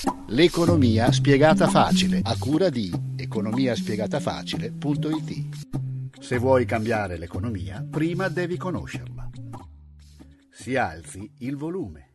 L'economia spiegata facile, a cura di economiaspiegatafacile.it. Se vuoi cambiare l'economia, prima devi conoscerla. Si alzi il volume.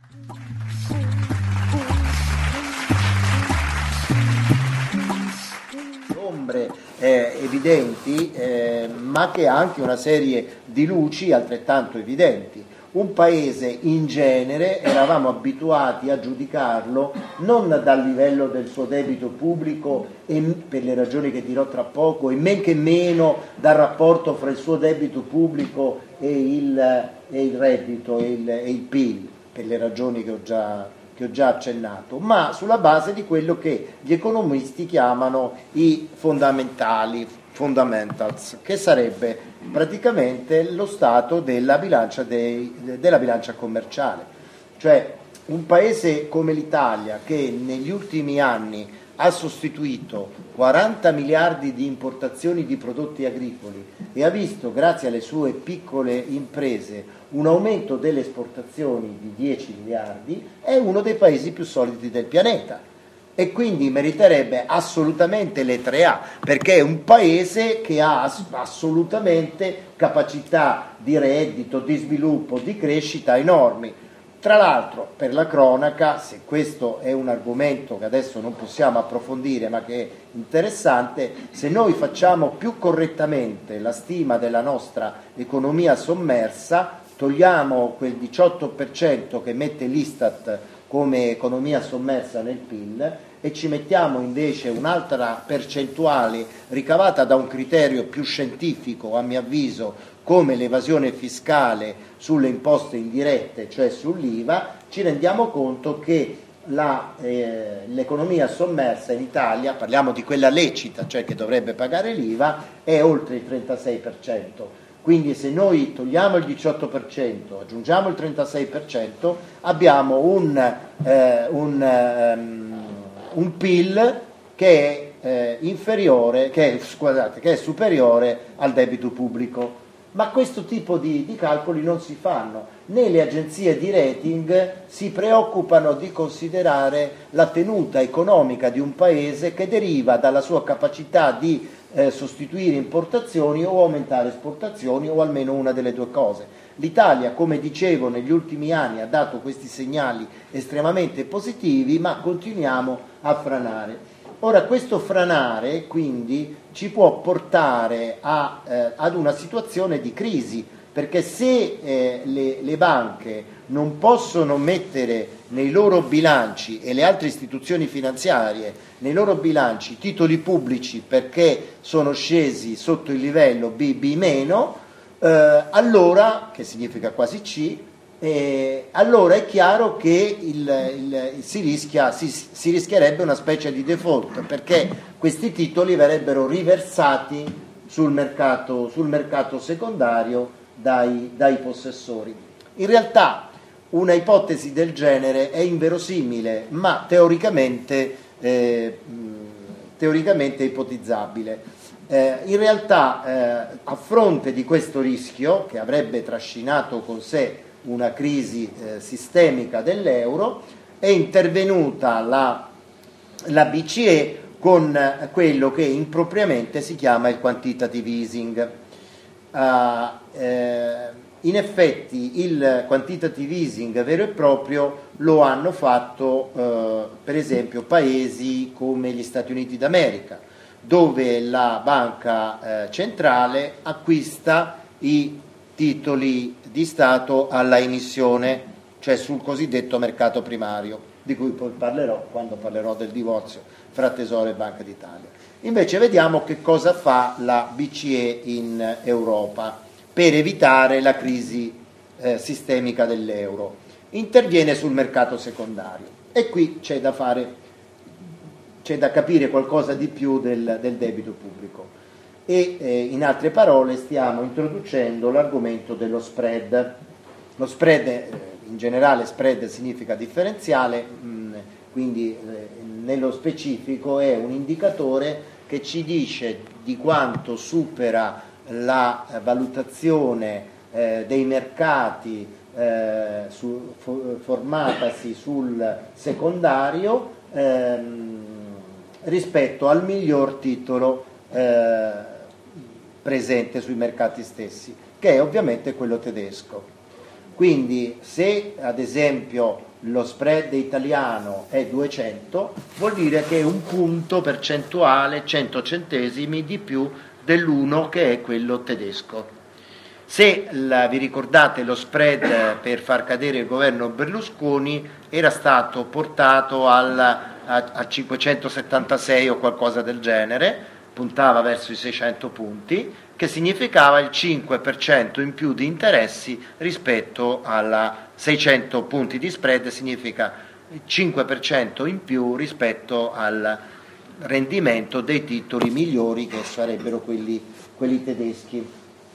Ombre evidenti, ma che ha anche una serie di luci altrettanto evidenti. Un paese in genere eravamo abituati a giudicarlo non dal livello del suo debito pubblico, e per le ragioni che dirò tra poco, e men che meno dal rapporto fra il suo debito pubblico e il reddito e il PIL, per le ragioni che ho già accennato, ma sulla base di quello che gli economisti chiamano i fundamentals, che sarebbe praticamente lo stato della bilancia commerciale. Cioè un paese come l'Italia, che negli ultimi anni ha sostituito 40 miliardi di importazioni di prodotti agricoli e ha visto, grazie alle sue piccole imprese, un aumento delle esportazioni di 10 miliardi, è uno dei paesi più solidi del pianeta e quindi meriterebbe assolutamente le 3A, perché è un paese che ha assolutamente capacità di reddito, di sviluppo, di crescita enormi. Tra l'altro, per la cronaca, se questo è un argomento che adesso non possiamo approfondire ma che è interessante, se noi facciamo più correttamente la stima della nostra economia sommersa, togliamo quel 18% che mette l'Istat come economia sommersa nel PIL e ci mettiamo invece un'altra percentuale ricavata da un criterio più scientifico, a mio avviso, come l'evasione fiscale sulle imposte indirette, cioè sull'IVA, ci rendiamo conto che l'economia sommersa in Italia, parliamo di quella lecita, cioè che dovrebbe pagare l'IVA, è oltre il 36%. Quindi se noi togliamo il 18%, aggiungiamo il 36%, abbiamo un PIL che è superiore al debito pubblico. Ma questo tipo di calcoli non si fanno, né le agenzie di rating si preoccupano di considerare la tenuta economica di un paese che deriva dalla sua capacità di sostituire importazioni o aumentare esportazioni, o almeno una delle due cose. L'Italia, come dicevo, negli ultimi anni ha dato questi segnali estremamente positivi, ma continuiamo a franare. Ora, questo franare quindi ci può portare ad una situazione di crisi, perché se le banche non possono mettere nei loro bilanci, e le altre istituzioni finanziarie nei loro bilanci, titoli pubblici perché sono scesi sotto il livello BB-, allora, che significa quasi C, allora è chiaro che si rischierebbe una specie di default, perché questi titoli verrebbero riversati sul mercato secondario dai possessori. In realtà una ipotesi del genere è inverosimile, ma teoricamente ipotizzabile. In realtà, a fronte di questo rischio, che avrebbe trascinato con sé una crisi sistemica dell'euro, è intervenuta la BCE con quello che impropriamente si chiama il quantitative easing. In effetti il quantitative easing vero e proprio lo hanno fatto per esempio paesi come gli Stati Uniti d'America, dove la banca centrale acquista i titoli di Stato alla emissione, cioè sul cosiddetto mercato primario, di cui poi parlerò quando parlerò del divorzio fra Tesoro e Banca d'Italia. Invece vediamo che cosa fa la BCE in Europa per evitare la crisi sistemica dell'euro. Interviene sul mercato secondario e qui c'è da capire qualcosa di più del debito pubblico. E in altre parole stiamo introducendo l'argomento dello spread. Lo spread, in generale spread significa differenziale, quindi nello specifico è un indicatore che ci dice di quanto supera la valutazione dei mercati formatasi sul secondario rispetto al miglior titolo presente sui mercati stessi, che è ovviamente quello tedesco. Quindi se ad esempio lo spread italiano è 200, vuol dire che è un punto percentuale, 100 centesimi di più dell'1 che è quello tedesco. Se vi ricordate, lo spread per far cadere il governo Berlusconi era stato portato a 576 o qualcosa del genere, puntava verso i 600 punti, che significava il 5% in più di interessi rispetto alla 600 punti di spread, significa il 5% in più rispetto al rendimento dei titoli migliori, che sarebbero quelli tedeschi.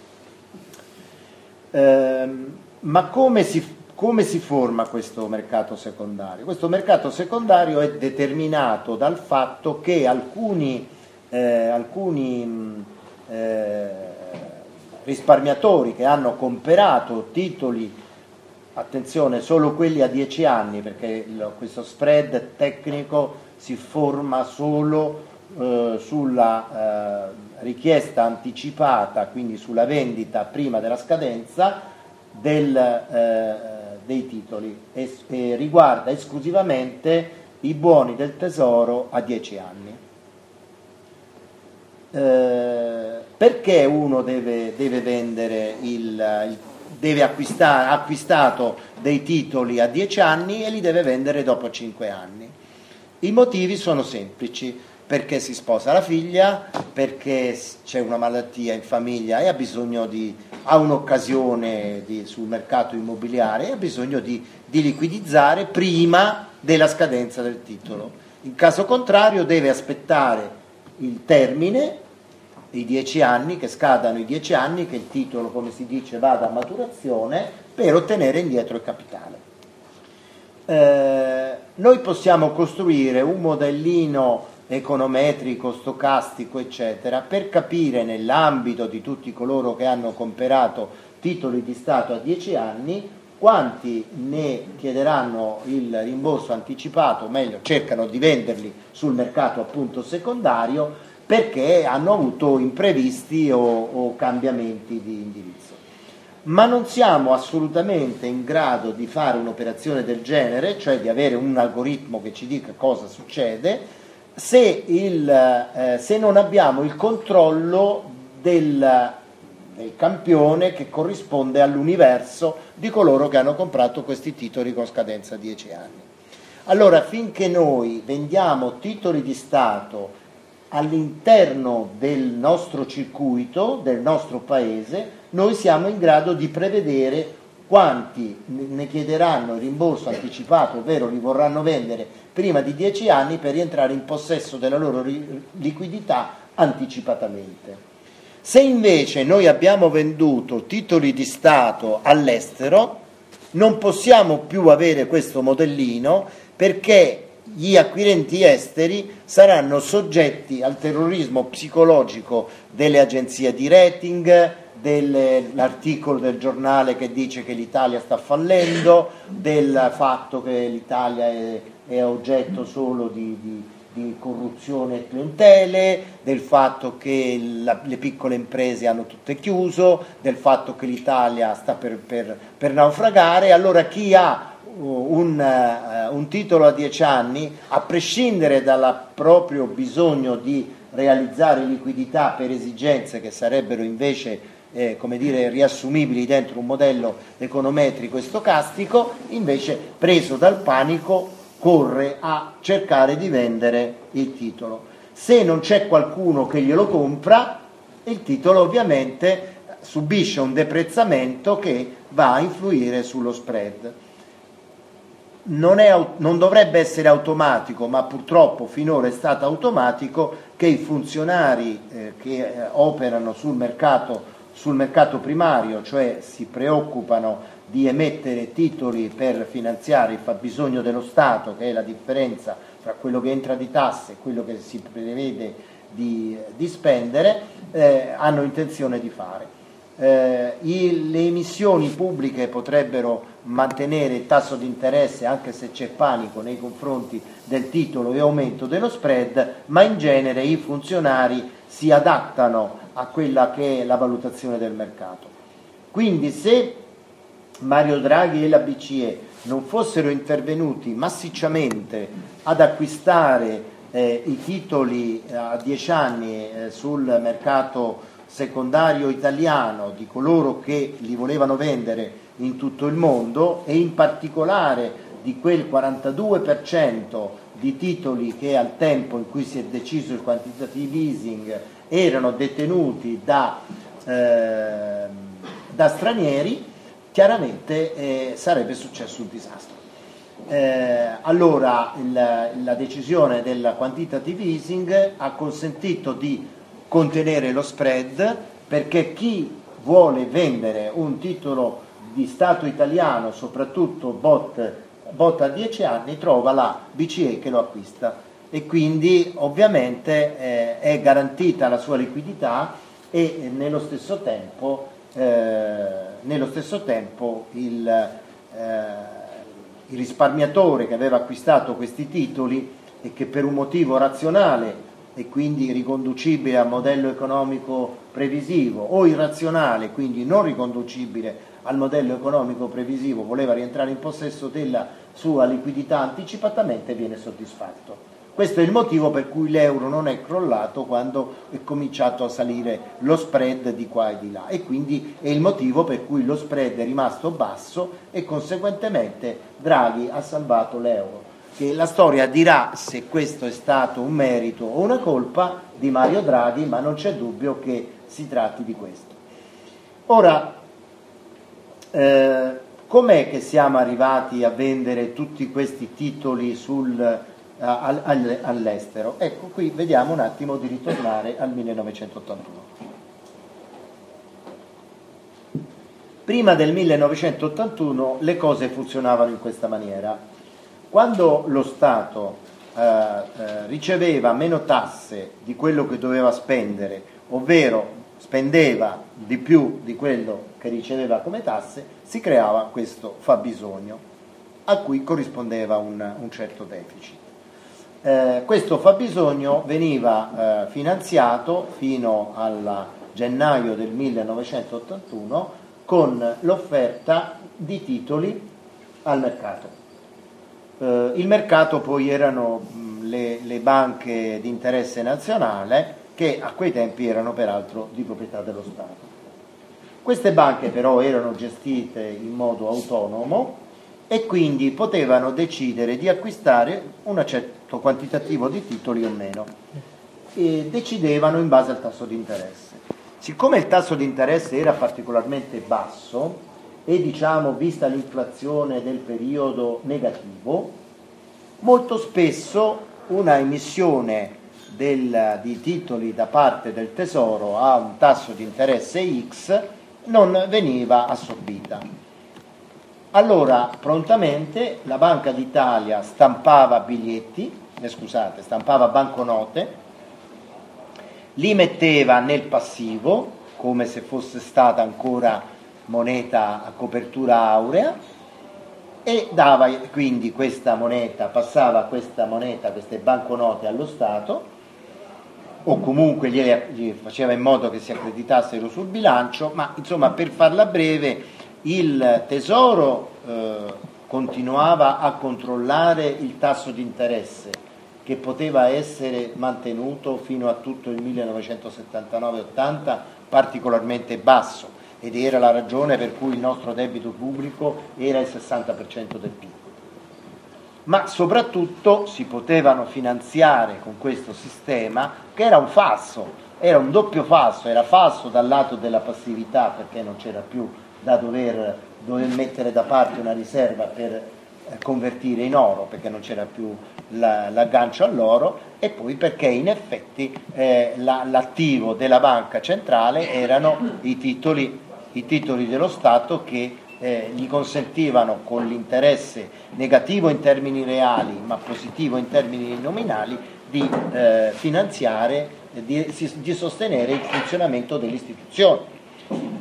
Ma come si forma questo mercato secondario? Questo mercato secondario è determinato dal fatto che alcuni risparmiatori che hanno comprato titoli, attenzione, solo quelli a 10 anni, perché questo spread tecnico si forma solo sulla richiesta anticipata, quindi sulla vendita prima della scadenza dei titoli, e riguarda esclusivamente i buoni del tesoro a 10 anni. Perché uno deve vendere deve acquistato dei titoli a 10 anni e li deve vendere dopo 5 anni? I motivi sono semplici: perché si sposa la figlia, perché c'è una malattia in famiglia e ha un'occasione sul mercato immobiliare e ha bisogno di liquidizzare prima della scadenza del titolo. In caso contrario deve aspettare il termine, i 10 anni, che scadano i 10 anni, che il titolo, come si dice, vada a maturazione, per ottenere indietro il capitale. Noi possiamo costruire un modellino econometrico, stocastico, eccetera, per capire nell'ambito di tutti coloro che hanno comprato titoli di Stato a 10 anni quanti ne chiederanno il rimborso anticipato, o meglio cercano di venderli sul mercato appunto secondario, perché hanno avuto imprevisti o cambiamenti di indirizzo. Ma non siamo assolutamente in grado di fare un'operazione del genere, cioè di avere un algoritmo che ci dica cosa succede, se non abbiamo il controllo del campione che corrisponde all'universo di coloro che hanno comprato questi titoli con scadenza 10 anni. Allora, finché noi vendiamo titoli di Stato all'interno del nostro circuito, del nostro paese, noi siamo in grado di prevedere quanti ne chiederanno il rimborso anticipato, ovvero li vorranno vendere prima di 10 anni per rientrare in possesso della loro liquidità anticipatamente. Se invece noi abbiamo venduto titoli di Stato all'estero, non possiamo più avere questo modellino, perché gli acquirenti esteri saranno soggetti al terrorismo psicologico delle agenzie di rating, dell'articolo del giornale che dice che l'Italia sta fallendo, del fatto che l'Italia è oggetto solo di corruzione e clientele, del fatto che le piccole imprese hanno tutte chiuso, del fatto che l'Italia sta per naufragare. Allora chi ha un titolo a 10 anni, a prescindere dal proprio bisogno di realizzare liquidità per esigenze che sarebbero invece riassumibili dentro un modello econometrico e stocastico, invece preso dal panico corre a cercare di vendere il titolo. Se non c'è qualcuno che glielo compra, il titolo ovviamente subisce un deprezzamento che va a influire sullo spread. Non dovrebbe essere automatico, ma purtroppo finora è stato automatico, che i funzionari che operano sul mercato primario, cioè si preoccupano di emettere titoli per finanziare il fabbisogno dello Stato, che è la differenza tra quello che entra di tasse e quello che si prevede di spendere, hanno intenzione di fare. le emissioni pubbliche potrebbero mantenere il tasso di interesse anche se c'è panico nei confronti del titolo e aumento dello spread, ma in genere i funzionari si adattano a quella che è la valutazione del mercato. Quindi se Mario Draghi e la BCE non fossero intervenuti massicciamente ad acquistare i titoli a 10 anni sul mercato secondario italiano di coloro che li volevano vendere in tutto il mondo, e in particolare di quel 42% di titoli che al tempo in cui si è deciso il quantitative easing erano detenuti da stranieri, chiaramente sarebbe successo un disastro. Allora la decisione del quantitative easing ha consentito di contenere lo spread, perché chi vuole vendere un titolo di Stato italiano, soprattutto bot a 10 anni, trova la BCE che lo acquista, e quindi ovviamente è garantita la sua liquidità, e nello stesso tempo il risparmiatore che aveva acquistato questi titoli e che per un motivo razionale e quindi riconducibile al modello economico previsivo, o irrazionale, quindi non riconducibile al modello economico previsivo, voleva rientrare in possesso della sua liquidità anticipatamente, viene soddisfatto. Questo è il motivo per cui l'euro non è crollato quando è cominciato a salire lo spread di qua e di là, e quindi è il motivo per cui lo spread è rimasto basso e conseguentemente Draghi ha salvato l'euro. Che la storia dirà se questo è stato un merito o una colpa di Mario Draghi, ma non c'è dubbio che si tratti di questo. Ora, com'è che siamo arrivati a vendere tutti questi titoli all'estero? Ecco, qui vediamo un attimo di ritornare al 1981. Prima del 1981 le cose funzionavano in questa maniera. Quando lo Stato riceveva meno tasse di quello che doveva spendere, ovvero spendeva di più di quello che riceveva come tasse, si creava questo fabbisogno a cui corrispondeva un certo deficit. Questo fabbisogno veniva finanziato fino al gennaio del 1981 con l'offerta di titoli al mercato. Il mercato poi erano le banche di interesse nazionale, che a quei tempi erano peraltro di proprietà dello Stato. Queste banche però erano gestite in modo autonomo e quindi potevano decidere di acquistare un certo quantitativo di titoli o meno, e decidevano in base al tasso di interesse. Siccome il tasso di interesse era particolarmente basso e vista l'inflazione del periodo negativo, molto spesso una emissione di titoli da parte del Tesoro a un tasso di interesse X non veniva assorbita. Allora prontamente la Banca d'Italia stampava banconote, li metteva nel passivo come se fosse stata ancora moneta a copertura aurea, e dava quindi passava queste banconote allo Stato, o comunque gli faceva in modo che si accreditassero sul bilancio, ma insomma, per farla breve, il Tesoro continuava a controllare il tasso di interesse, che poteva essere mantenuto fino a tutto il 1979-80 particolarmente basso, ed era la ragione per cui il nostro debito pubblico era il 60% del PIL. Ma soprattutto si potevano finanziare con questo sistema, che era un falso, era un doppio falso, era falso dal lato della passività, perché non c'era più da dover mettere da parte una riserva per convertire in oro, perché non c'era più l'aggancio all'oro, e poi perché in effetti l'attivo della banca centrale erano i titoli dello Stato, che gli consentivano, con l'interesse negativo in termini reali ma positivo in termini nominali, di finanziare, di sostenere il funzionamento delle istituzioni.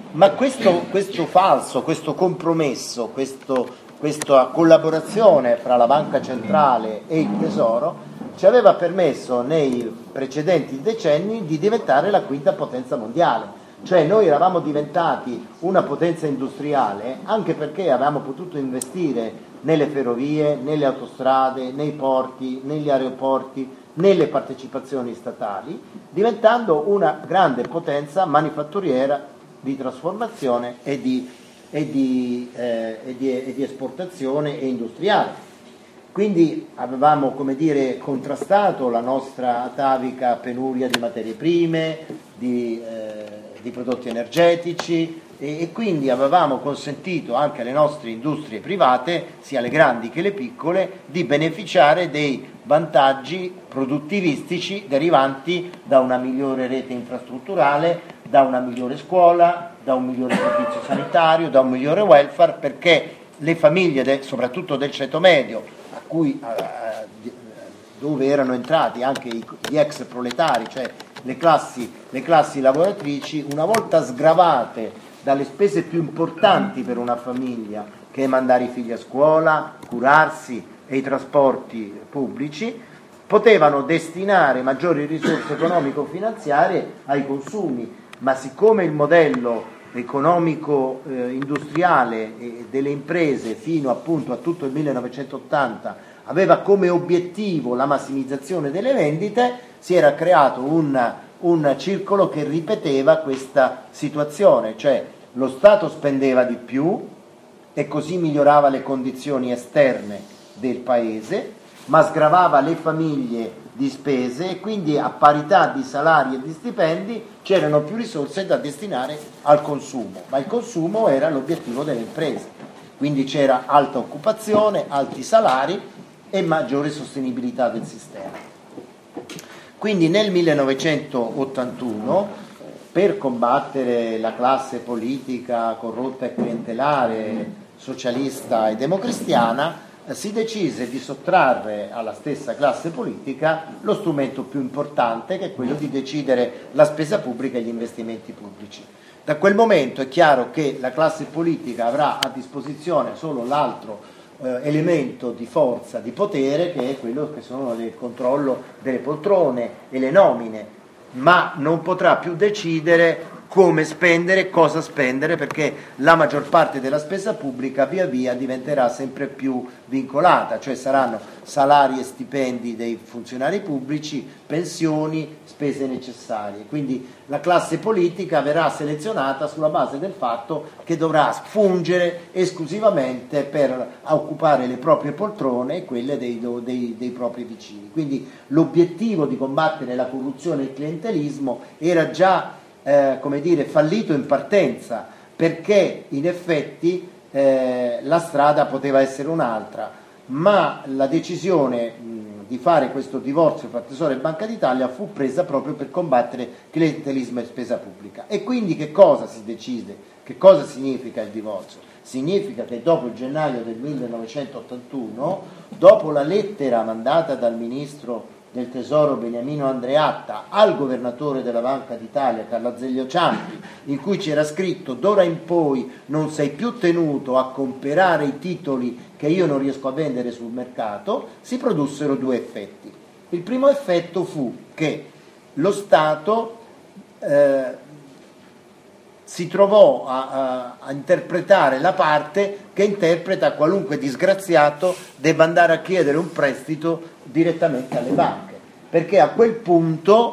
Ma questo falso, questo compromesso, questa collaborazione fra la Banca Centrale e il Tesoro ci aveva permesso nei precedenti decenni di diventare la quinta potenza mondiale. Cioè noi eravamo diventati una potenza industriale anche perché avevamo potuto investire nelle ferrovie, nelle autostrade, nei porti, negli aeroporti, nelle partecipazioni statali, diventando una grande potenza manifatturiera di trasformazione e di esportazione e industriale. Quindi avevamo, come dire, contrastato la nostra atavica penuria di materie prime, di prodotti energetici e quindi avevamo consentito anche alle nostre industrie private, sia le grandi che le piccole, di beneficiare dei vantaggi produttivistici derivanti da una migliore rete infrastrutturale, da una migliore scuola, da un migliore servizio sanitario, da un migliore welfare, perché le famiglie, soprattutto del ceto medio, dove erano entrati anche gli ex proletari, cioè le classi lavoratrici, una volta sgravate dalle spese più importanti per una famiglia, che è mandare i figli a scuola, curarsi e i trasporti pubblici, potevano destinare maggiori risorse economico-finanziarie ai consumi, ma siccome il modello economico industriale delle imprese fino appunto a tutto il 1980 aveva come obiettivo la massimizzazione delle vendite, si era creato un circolo che ripeteva questa situazione, cioè lo Stato spendeva di più e così migliorava le condizioni esterne del paese, ma sgravava le famiglie di spese e quindi a parità di salari e di stipendi c'erano più risorse da destinare al consumo, ma il consumo era l'obiettivo delle imprese, quindi c'era alta occupazione, alti salari e maggiore sostenibilità del sistema. Quindi nel 1981, per combattere la classe politica corrotta e clientelare, socialista e democristiana, si decise di sottrarre alla stessa classe politica lo strumento più importante, che è quello di decidere la spesa pubblica e gli investimenti pubblici. Da quel momento è chiaro che la classe politica avrà a disposizione solo l'altro elemento di forza, di potere, che è quello che sono il controllo delle poltrone e le nomine, ma non potrà più decidere come spendere, cosa spendere, perché la maggior parte della spesa pubblica via via diventerà sempre più vincolata, cioè saranno salari e stipendi dei funzionari pubblici, pensioni, spese necessarie. Quindi la classe politica verrà selezionata sulla base del fatto che dovrà fungere esclusivamente per occupare le proprie poltrone e quelle dei propri vicini. Quindi l'obiettivo di combattere la corruzione e il clientelismo era già fallito in partenza, perché in effetti la strada poteva essere un'altra, ma la decisione di fare questo divorzio fra Tesoro e Banca d'Italia fu presa proprio per combattere clientelismo e spesa pubblica. E quindi che cosa si decide? Che cosa significa il divorzio? Significa che dopo il gennaio del 1981, dopo la lettera mandata dal ministro del Tesoro Beniamino Andreatta al governatore della Banca d'Italia Carlo Azeglio Ciampi, in cui c'era scritto: d'ora in poi non sei più tenuto a comprare i titoli che io non riesco a vendere sul mercato, si produssero due effetti. Il primo effetto fu che lo Stato si trovò a interpretare la parte che interpreta qualunque disgraziato debba andare a chiedere un prestito direttamente alle banche, perché a quel punto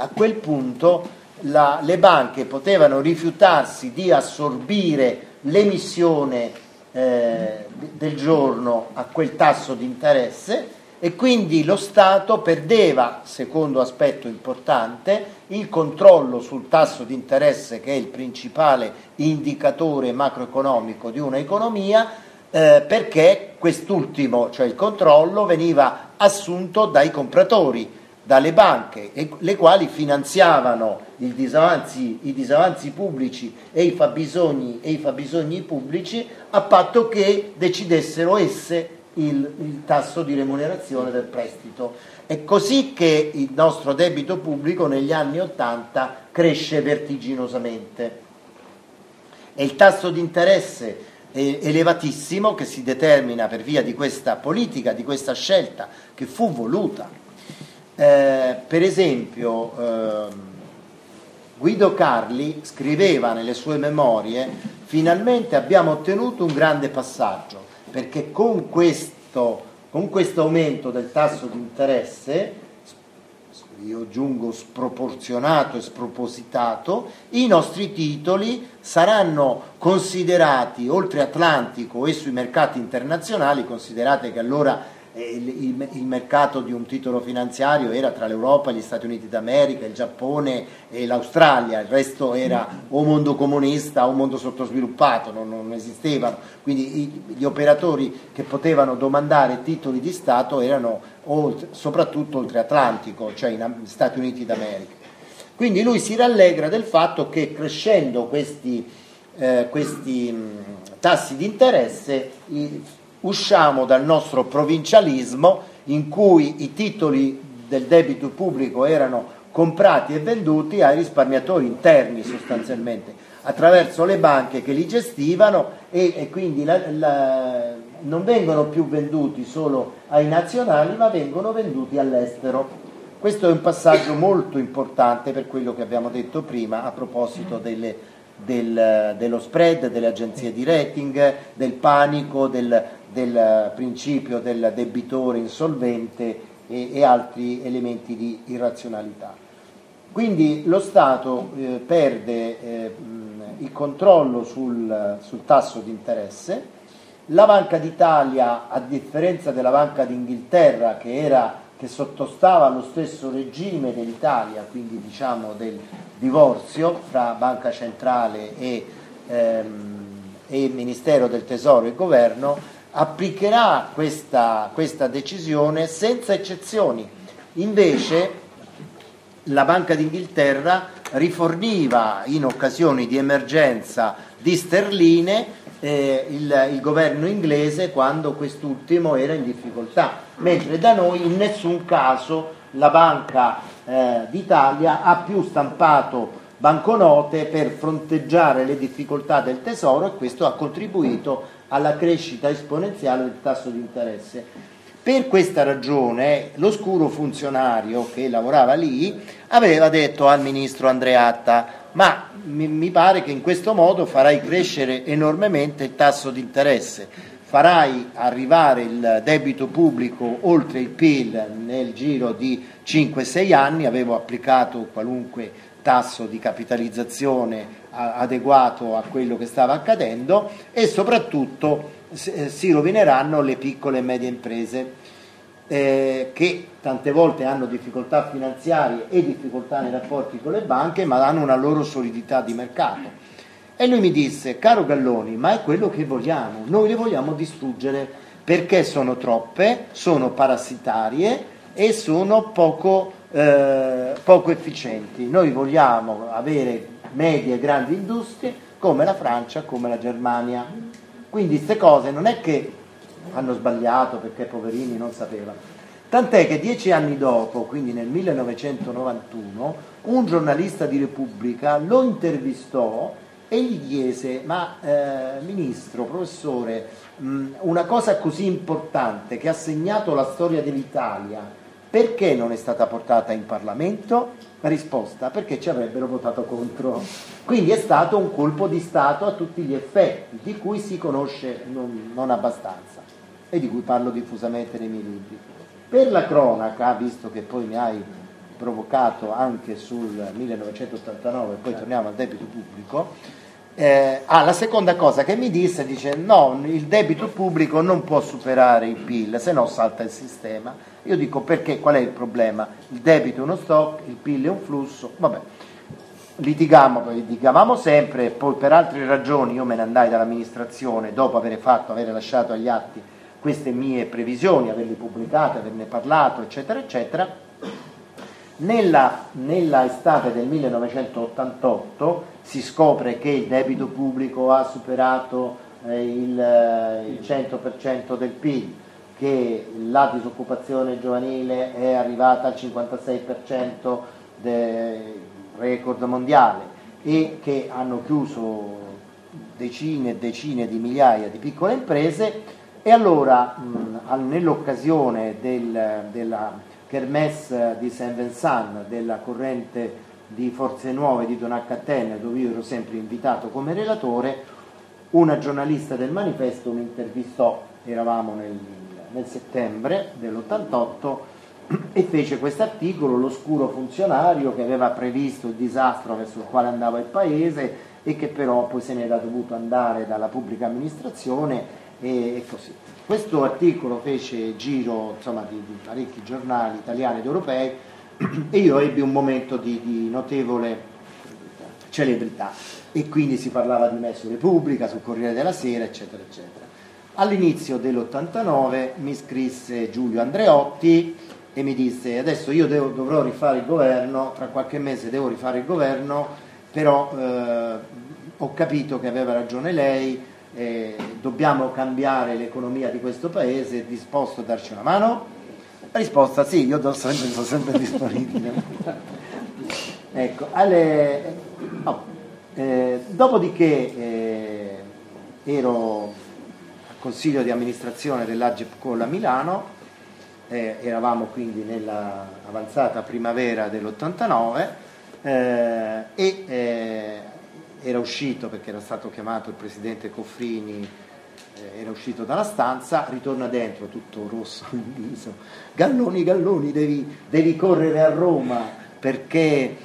le banche potevano rifiutarsi di assorbire l'emissione del giorno a quel tasso di interesse, e quindi lo Stato perdeva, secondo aspetto importante, il controllo sul tasso di interesse, che è il principale indicatore macroeconomico di un'economia, perché quest'ultimo, cioè il controllo, veniva assunto dai compratori, dalle banche, le quali finanziavano i disavanzi pubblici e i fabbisogni pubblici, a patto che decidessero esse il tasso di remunerazione del prestito. È così che il nostro debito pubblico negli anni '80 cresce vertiginosamente. È il tasso di interesse elevatissimo che si determina per via di questa politica, di questa scelta che fu voluta. Per esempio, Guido Carli scriveva nelle sue memorie: finalmente abbiamo ottenuto un grande passaggio, perché con questo aumento del tasso di interesse, io aggiungo sproporzionato e spropositato, i nostri titoli saranno considerati oltre Atlantico e sui mercati internazionali. Considerate che allora il mercato di un titolo finanziario era tra l'Europa, gli Stati Uniti d'America, il Giappone e l'Australia, il resto era o mondo comunista o mondo sottosviluppato, non esistevano, quindi gli operatori che potevano domandare titoli di Stato erano soprattutto oltre Atlantico, cioè negli Stati Uniti d'America. Quindi lui si rallegra del fatto che crescendo questi tassi di interesse usciamo dal nostro provincialismo, in cui i titoli del debito pubblico erano comprati e venduti ai risparmiatori interni sostanzialmente, attraverso le banche che li gestivano, e quindi non vengono più venduti solo ai nazionali, ma vengono venduti all'estero. Questo è un passaggio molto importante per quello che abbiamo detto prima a proposito dello spread, delle agenzie di rating, del panico, del principio del debitore insolvente e altri elementi di irrazionalità. Quindi lo Stato perde il controllo sul tasso di interesse. La Banca d'Italia, a differenza della Banca d'Inghilterra, che sottostava allo stesso regime dell'Italia, quindi diciamo del divorzio fra banca centrale e Ministero del Tesoro e Governo, applicherà questa decisione senza eccezioni. Invece la Banca d'Inghilterra riforniva in occasioni di emergenza di sterline il governo inglese quando quest'ultimo era in difficoltà, mentre da noi in nessun caso la Banca d'Italia ha più stampato banconote per fronteggiare le difficoltà del Tesoro, e questo ha contribuito alla crescita esponenziale del tasso di interesse. Per questa ragione l'oscuro funzionario che lavorava lì aveva detto al ministro Andreatta: ma mi pare che in questo modo farai crescere enormemente il tasso di interesse, farai arrivare il debito pubblico oltre il PIL nel giro di 5-6 anni. Avevo applicato qualunque tasso di capitalizzazione adeguato a quello che stava accadendo, e soprattutto si rovineranno le piccole e medie imprese che tante volte hanno difficoltà finanziarie e difficoltà nei rapporti con le banche, ma hanno una loro solidità di mercato. E lui mi disse: caro Galloni, ma è quello che vogliamo, noi le vogliamo distruggere perché sono troppe, sono parassitarie e sono poco efficienti. Noi vogliamo avere medie e grandi industrie come la Francia, come la Germania. Quindi queste cose non è che hanno sbagliato perché poverini non sapevano. Tant'è che 10 anni dopo, quindi nel 1991, un giornalista di Repubblica lo intervistò e gli chiese: ma ministro, professore, una cosa così importante che ha segnato la storia dell'Italia, perché non è stata portata in Parlamento? La risposta: perché ci avrebbero votato contro. Quindi è stato un colpo di Stato a tutti gli effetti, di cui si conosce non abbastanza e di cui parlo diffusamente nei miei libri. Per la cronaca, visto che poi mi hai provocato anche sul 1989, poi torniamo al debito pubblico, la seconda cosa che mi disse, dice: no, il debito pubblico non può superare il PIL, se no salta il sistema. Io dico: perché? Qual è il problema? Il debito è uno stock, il PIL è un flusso. Vabbè, litigavamo sempre, poi per altre ragioni io me ne andai dall'amministrazione dopo aver lasciato agli atti queste mie previsioni, averle pubblicate, averne parlato, eccetera, eccetera. Nella estate del 1988 si scopre che il debito pubblico ha superato il 100% del PIL, che la disoccupazione giovanile è arrivata al 56% del record mondiale, e che hanno chiuso decine e decine di migliaia di piccole imprese. E allora nell'occasione della Kermesse di Saint-Vincent, della corrente di Forze Nuove di Donat-Cattin, dove io ero sempre invitato come relatore, una giornalista del Manifesto mi intervistò, eravamo nel settembre dell'88, e fece questo articolo, l'oscuro funzionario che aveva previsto il disastro verso il quale andava il paese e che però poi se n'era dovuto andare dalla pubblica amministrazione e così. Questo articolo fece giro, insomma, di parecchi giornali italiani ed europei e io ebbi un momento di notevole celebrità, e quindi si parlava di me su Repubblica, sul Corriere della Sera, eccetera, eccetera. All'inizio dell'89 mi scrisse Giulio Andreotti e mi disse: adesso io dovrò rifare il governo, tra qualche mese devo rifare il governo, però ho capito che aveva ragione lei, dobbiamo cambiare l'economia di questo paese, è disposto a darci una mano? La risposta: sì, io sono sempre disponibile. Ecco, dopodiché ero al consiglio di amministrazione dell'Agep Colla Milano, eravamo quindi nella avanzata primavera dell'89, era uscito, perché era stato chiamato il presidente Coffrini, era uscito dalla stanza, ritorna dentro tutto rosso in viso: Galloni, devi correre a Roma perché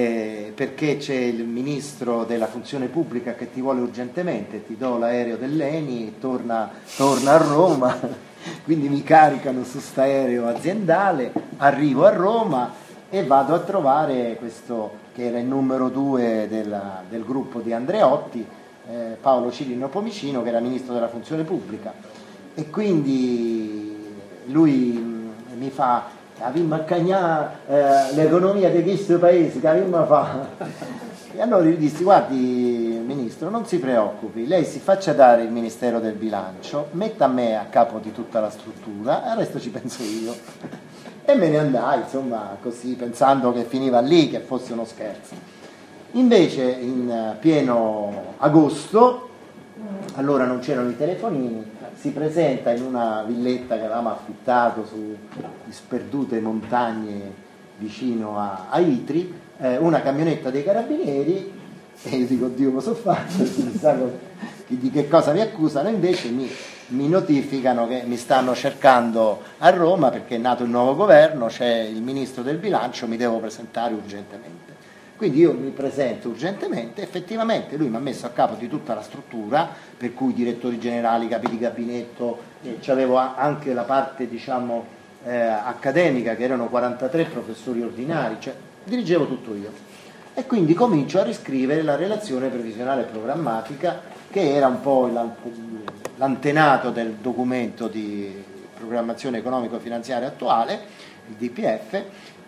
c'è il ministro della funzione pubblica che ti vuole urgentemente, ti do l'aereo dell'ENI, torna a Roma. Quindi mi caricano su sta aereo aziendale, arrivo a Roma e vado a trovare questo che era il numero 2 del gruppo di Andreotti, Paolo Cirino Pomicino, che era ministro della funzione pubblica, e quindi lui mi fa: avimmo a cagnare l'economia di questo paese, che avimmo a fare? E allora gli dissi: guardi ministro, non si preoccupi, lei si faccia dare il Ministero del Bilancio, metta me a capo di tutta la struttura e al resto ci penso io. E me ne andai, insomma, così, pensando che finiva lì, che fosse uno scherzo. Invece in pieno agosto, allora non c'erano i telefonini, si presenta in una villetta che avevamo affittato su sperdute montagne vicino a Itri, una camionetta dei carabinieri, e io dico: Dio, cosa ho fatto? Di che cosa mi accusano? Invece mi notificano che mi stanno cercando a Roma perché è nato il nuovo governo, c'è il ministro del bilancio, mi devo presentare urgentemente. Quindi io mi presento urgentemente, effettivamente lui mi ha messo a capo di tutta la struttura, per cui direttori generali, capi di gabinetto, c'avevo anche la parte, diciamo, accademica, che erano 43 professori ordinari, cioè dirigevo tutto io. E quindi comincio a riscrivere la relazione previsionale programmatica, che era un po' l'antenato del documento di programmazione economico-finanziaria attuale, il DPF,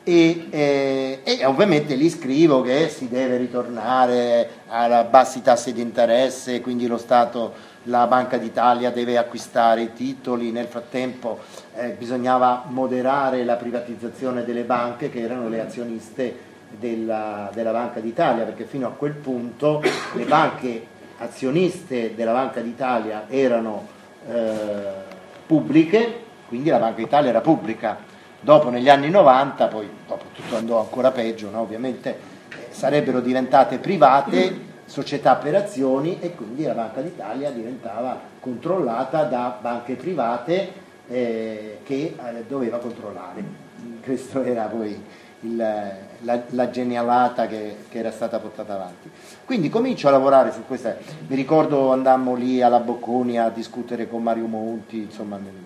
e ovviamente lì scrivo che si deve ritornare a bassi tassi di interesse, quindi lo Stato, la Banca d'Italia deve acquistare i titoli, nel frattempo bisognava moderare la privatizzazione delle banche, che erano le azioniste della Banca d'Italia, perché fino a quel punto le banche azioniste della Banca d'Italia erano pubbliche, quindi la Banca d'Italia era pubblica. Dopo, negli anni 90, poi dopo tutto andò ancora peggio, no? Ovviamente sarebbero diventate private, società per azioni, e quindi la Banca d'Italia diventava controllata da banche private che doveva controllare. Questo era poi la genialata che era stata portata avanti. Quindi comincio a lavorare su questa. Mi ricordo andammo lì alla Bocconi a discutere con Mario Monti, insomma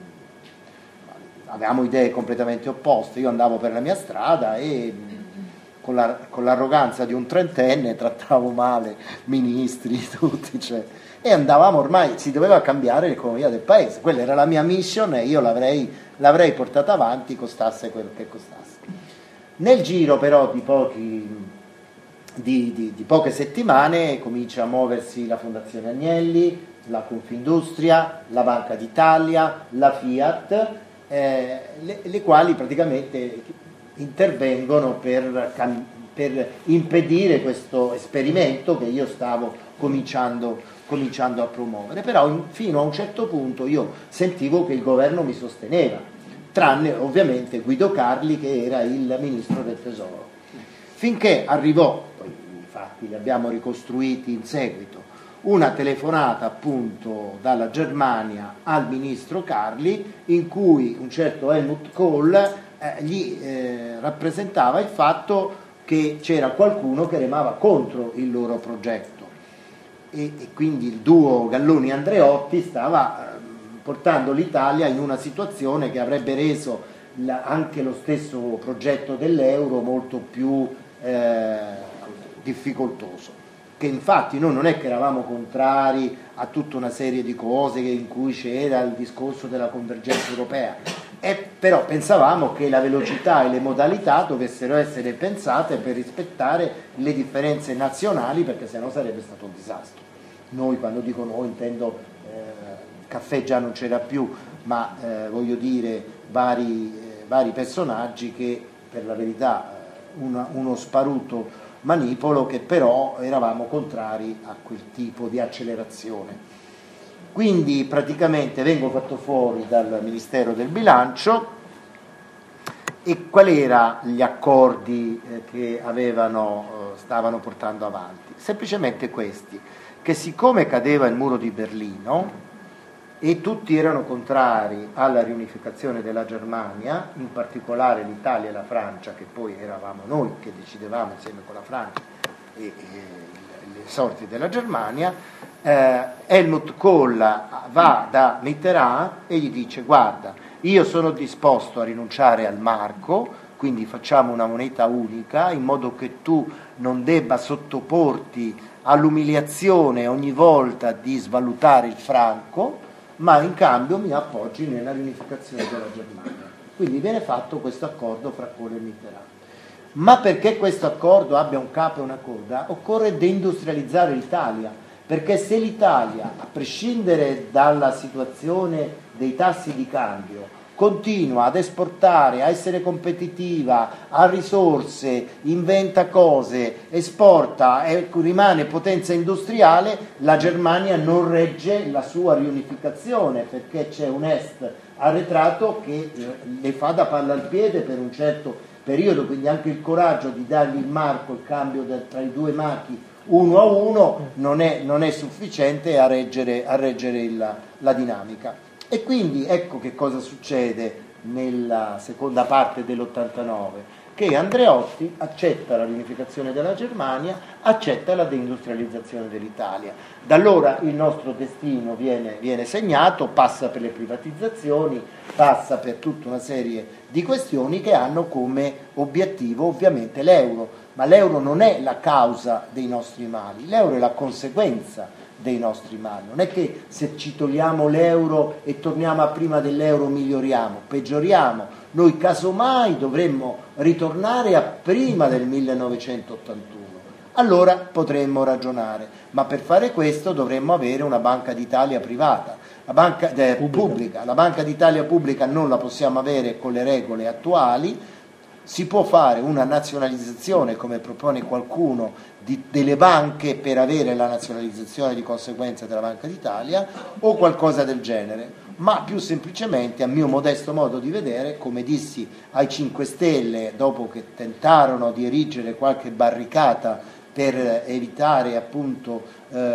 avevamo idee completamente opposte. Io andavo per la mia strada e con l'arroganza di un trentenne trattavo male ministri, tutti, cioè, e andavamo, ormai si doveva cambiare l'economia del paese, quella era la mia mission e io l'avrei portata avanti, costasse quel che costasse. Nel giro però di poche settimane comincia a muoversi la Fondazione Agnelli, la Confindustria, la Banca d'Italia, la Fiat, le quali praticamente intervengono per impedire questo esperimento che io stavo cominciando cominciando a promuovere, però fino a un certo punto io sentivo che il governo mi sosteneva, tranne ovviamente Guido Carli che era il ministro del tesoro, finché arrivò, poi infatti li abbiamo ricostruiti in seguito, una telefonata appunto dalla Germania al ministro Carli in cui un certo Helmut Kohl gli rappresentava il fatto che c'era qualcuno che remava contro il loro progetto e quindi il duo Galloni-Andreotti stava portando l'Italia in una situazione che avrebbe reso anche lo stesso progetto dell'euro molto più difficoltoso. Che infatti noi non è che eravamo contrari a tutta una serie di cose in cui c'era il discorso della convergenza europea, però pensavamo che la velocità e le modalità dovessero essere pensate per rispettare le differenze nazionali, perché sennò sarebbe stato un disastro. Noi, quando dico noi, intendo Caffè già non c'era più, ma voglio dire vari personaggi che per la verità uno sparuto manipolo, che però eravamo contrari a quel tipo di accelerazione. Quindi praticamente vengo fatto fuori dal Ministero del Bilancio. E quali erano gli accordi che stavano portando avanti? Semplicemente questi, che siccome cadeva il muro di Berlino e tutti erano contrari alla riunificazione della Germania, in particolare l'Italia e la Francia, che poi eravamo noi che decidevamo insieme con la Francia le sorti della Germania, Helmut Kohl va da Mitterrand e gli dice: guarda, io sono disposto a rinunciare al marco, quindi facciamo una moneta unica in modo che tu non debba sottoporti all'umiliazione ogni volta di svalutare il franco, ma in cambio mi appoggi nella riunificazione della Germania. Quindi viene fatto questo accordo fra Kohl e Mitterrand. Ma perché questo accordo abbia un capo e una coda, occorre deindustrializzare l'Italia, perché se l'Italia, a prescindere dalla situazione dei tassi di cambio, continua ad esportare, a essere competitiva, ha risorse, inventa cose, esporta e rimane potenza industriale, la Germania non regge la sua riunificazione, perché c'è un est arretrato che le fa da palla al piede per un certo periodo, quindi anche il coraggio di dargli il marco, il cambio tra i due marchi 1-1 non è sufficiente a reggere la dinamica. E quindi ecco che cosa succede nella seconda parte dell'89, che Andreotti accetta la riunificazione della Germania, accetta la deindustrializzazione dell'Italia. Da allora il nostro destino viene segnato, passa per le privatizzazioni, passa per tutta una serie di questioni che hanno come obiettivo ovviamente l'euro, ma l'euro non è la causa dei nostri mali, l'euro è la conseguenza dei nostri mali. Non è che se ci togliamo l'euro e torniamo a prima dell'euro miglioriamo, peggioriamo. Noi casomai dovremmo ritornare a prima del 1981. Allora potremmo ragionare, ma per fare questo dovremmo avere una Banca d'Italia privata, pubblica. La Banca d'Italia pubblica non la possiamo avere con le regole attuali. Si può fare una nazionalizzazione, come propone qualcuno, delle banche per avere la nazionalizzazione di conseguenza della Banca d'Italia o qualcosa del genere, ma più semplicemente, a mio modesto modo di vedere, come dissi ai 5 Stelle dopo che tentarono di erigere qualche barricata per evitare appunto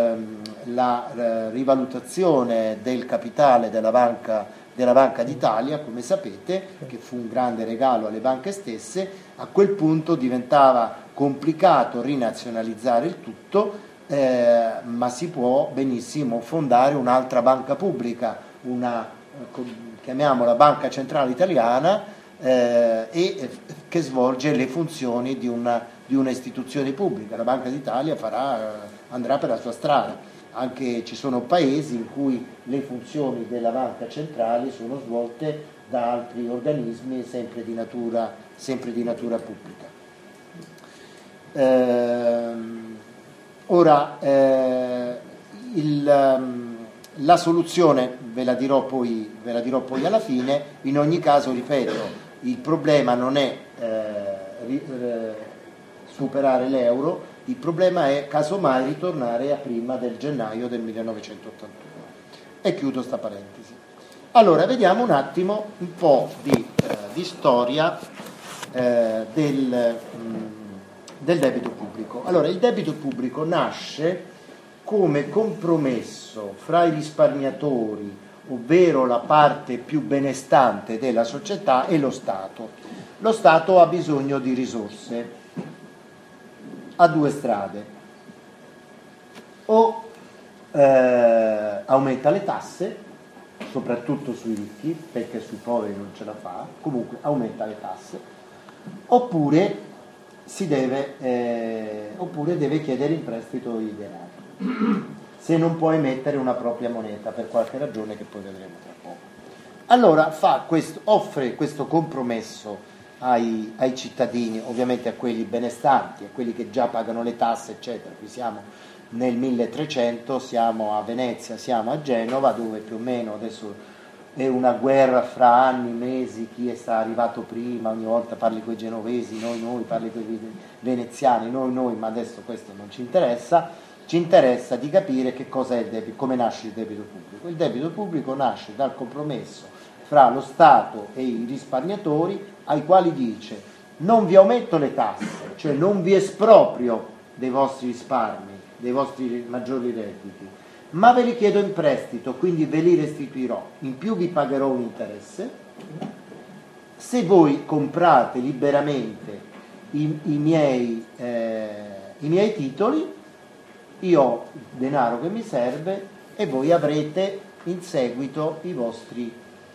la rivalutazione del capitale della Banca d'Italia, come sapete, che fu un grande regalo alle banche stesse, a quel punto diventava complicato rinazionalizzare il tutto, ma si può benissimo fondare un'altra banca pubblica, chiamiamola Banca Centrale Italiana, e che svolge le funzioni di una istituzione pubblica. La Banca d'Italia andrà per la sua strada. Anche ci sono paesi in cui le funzioni della banca centrale sono svolte da altri organismi sempre di natura pubblica. La soluzione ve la dirò poi alla fine. In ogni caso, ripeto, il problema non è superare l'euro, Il problema è casomai ritornare a prima del gennaio del 1981. E chiudo sta parentesi. Allora, vediamo un attimo un po' di storia del debito pubblico. Allora, il debito pubblico nasce come compromesso fra i risparmiatori, ovvero la parte più benestante della società, e lo Stato. Lo Stato ha bisogno di risorse, ha due strade: o aumenta le tasse, soprattutto sui ricchi, perché sui poveri non ce la fa, comunque aumenta le tasse, oppure deve chiedere in prestito i denari, se non può emettere una propria moneta per qualche ragione che poi vedremo tra poco. Allora offre questo compromesso ai cittadini, ovviamente a quelli benestanti, a quelli che già pagano le tasse, eccetera. Qui siamo nel 1300, siamo a Venezia, siamo a Genova, dove più o meno adesso è una guerra fra anni, mesi, chi è arrivato prima, ogni volta parli con i genovesi, noi, parli con i veneziani, noi, ma adesso questo non ci interessa. Ci interessa di capire che cosa è il debito, come nasce il debito pubblico. Il debito pubblico nasce dal compromesso fra lo Stato e i risparmiatori, ai quali dice: non vi aumento le tasse, cioè non vi esproprio dei vostri risparmi, dei vostri maggiori redditi, ma ve li chiedo in prestito, quindi ve li restituirò, in più vi pagherò un interesse. Se voi comprate liberamente i miei titoli, io ho il denaro che mi serve e voi avrete in seguito i vostri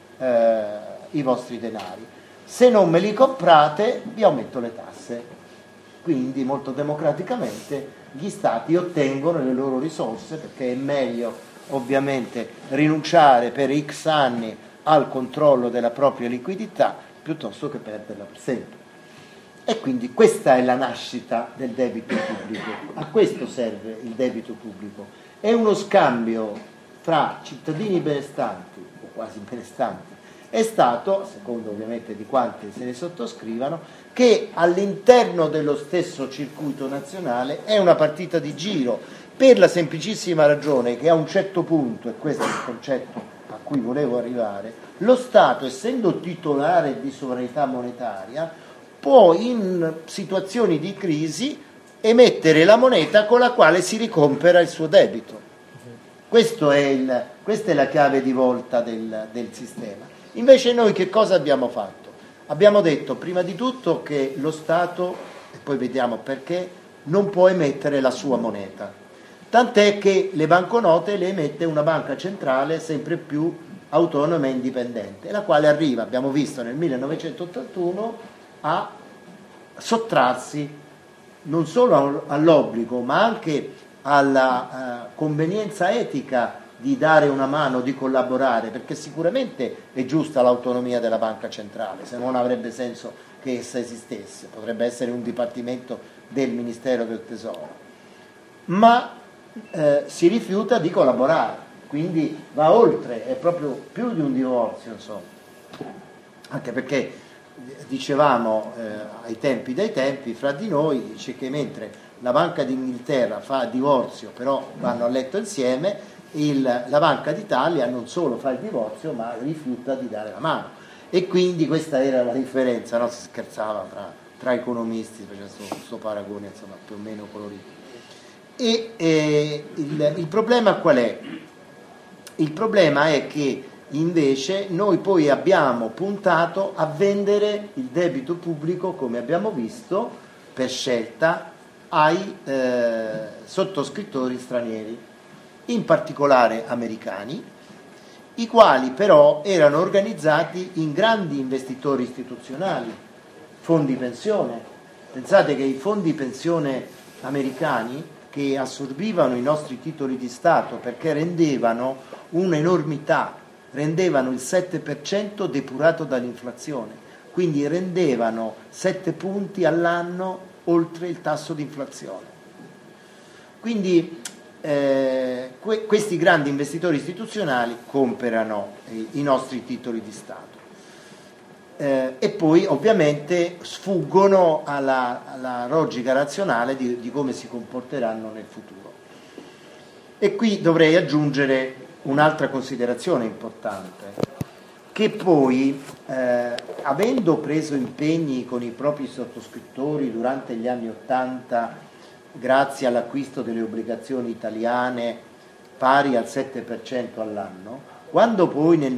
denari. Se non me li comprate, vi aumento le tasse. Quindi molto democraticamente gli stati ottengono le loro risorse, perché è meglio ovviamente rinunciare per X anni al controllo della propria liquidità piuttosto che perderla per sempre. E quindi questa è la nascita del debito pubblico. A questo serve il debito pubblico. È uno scambio fra cittadini benestanti o quasi benestanti e Stato, a seconda ovviamente di quanti se ne sottoscrivano, che all'interno dello stesso circuito nazionale è una partita di giro, per la semplicissima ragione che a un certo punto, e questo è il concetto a cui volevo arrivare, lo Stato, essendo titolare di sovranità monetaria, può in situazioni di crisi emettere la moneta con la quale si ricompera il suo debito. Questa è la chiave di volta del sistema. Invece noi che cosa abbiamo fatto? Abbiamo detto prima di tutto che lo Stato, e poi vediamo perché, non può emettere la sua moneta, tant'è che le banconote le emette una banca centrale sempre più autonoma e indipendente, la quale arriva, abbiamo visto nel 1981, a sottrarsi non solo all'obbligo ma anche alla convenienza etica di dare una mano, di collaborare, perché sicuramente è giusta l'autonomia della banca centrale, se non avrebbe senso che essa esistesse, potrebbe essere un dipartimento del Ministero del Tesoro, ma si rifiuta di collaborare, quindi va oltre, è proprio più di un divorzio, insomma, anche perché dicevamo ai tempi dei tempi fra di noi, dice che mentre la Banca d'Inghilterra fa divorzio però vanno a letto insieme, la Banca d'Italia non solo fa il divorzio ma rifiuta di dare la mano, e quindi questa era la differenza, no? Si scherzava tra economisti, faceva questo paragone insomma più o meno colorito. E il problema qual è? Il problema è che invece noi poi abbiamo puntato a vendere il debito pubblico, come abbiamo visto, per scelta ai sottoscrittori stranieri, in particolare americani, i quali però erano organizzati in grandi investitori istituzionali, fondi pensione. Pensate che i fondi pensione americani, che assorbivano i nostri titoli di Stato perché rendevano un'enormità, rendevano il 7% depurato dall'inflazione, quindi rendevano 7 punti all'anno oltre il tasso di inflazione. Quindi questi grandi investitori istituzionali comprano i nostri titoli di Stato. e poi ovviamente sfuggono alla logica razionale di come si comporteranno nel futuro. E qui dovrei aggiungere un'altra considerazione importante, che poi, avendo preso impegni con i propri sottoscrittori durante gli anni '80, grazie all'acquisto delle obbligazioni italiane pari al 7% all'anno, quando poi nel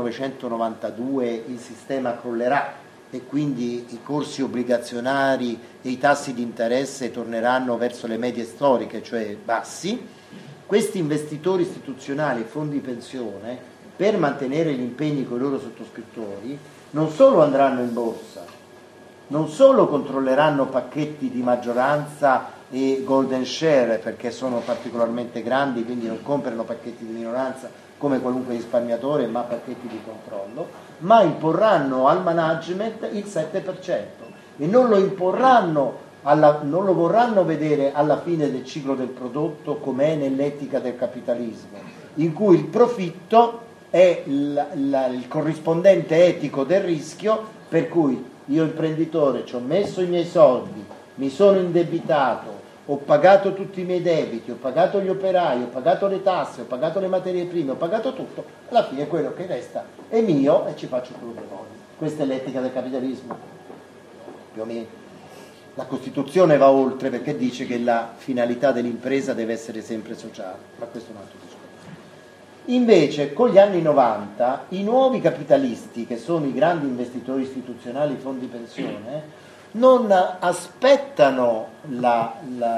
1992 il sistema crollerà e quindi i corsi obbligazionari e i tassi di interesse torneranno verso le medie storiche, cioè bassi, questi investitori istituzionali e fondi pensione, per mantenere gli impegni con i loro sottoscrittori, non solo andranno in borsa, non solo controlleranno pacchetti di maggioranza e golden share perché sono particolarmente grandi, quindi non comprano pacchetti di minoranza come qualunque risparmiatore, ma pacchetti di controllo, ma imporranno al management il 7% e non lo imporranno, non lo vorranno vedere alla fine del ciclo del prodotto com'è nell'etica del capitalismo, in cui il profitto è il corrispondente etico del rischio, per cui io imprenditore ci ho messo i miei soldi, mi sono indebitato, ho pagato tutti i miei debiti, ho pagato gli operai, ho pagato le tasse, ho pagato le materie prime, ho pagato tutto, alla fine quello che resta è mio e ci faccio quello che voglio. Questa è l'etica del capitalismo, più o meno. La Costituzione va oltre perché dice che la finalità dell'impresa deve essere sempre sociale, ma questo è un altro discorso. Invece con gli anni 90 i nuovi capitalisti, che sono i grandi investitori istituzionali, fondi pensione, non aspettano la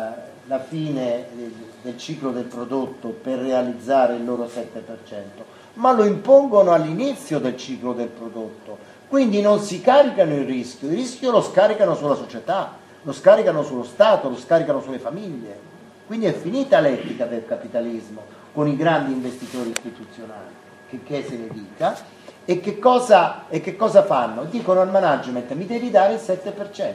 fine del ciclo del prodotto per realizzare il loro 7%, ma lo impongono all'inizio del ciclo del prodotto. Quindi non si caricano il rischio lo scaricano sulla società, lo scaricano sullo Stato, lo scaricano sulle famiglie. Quindi è finita l'etica del capitalismo con i grandi investitori istituzionali, che se ne dica. E che cosa fanno? Dicono al management: mi devi dare il 7%,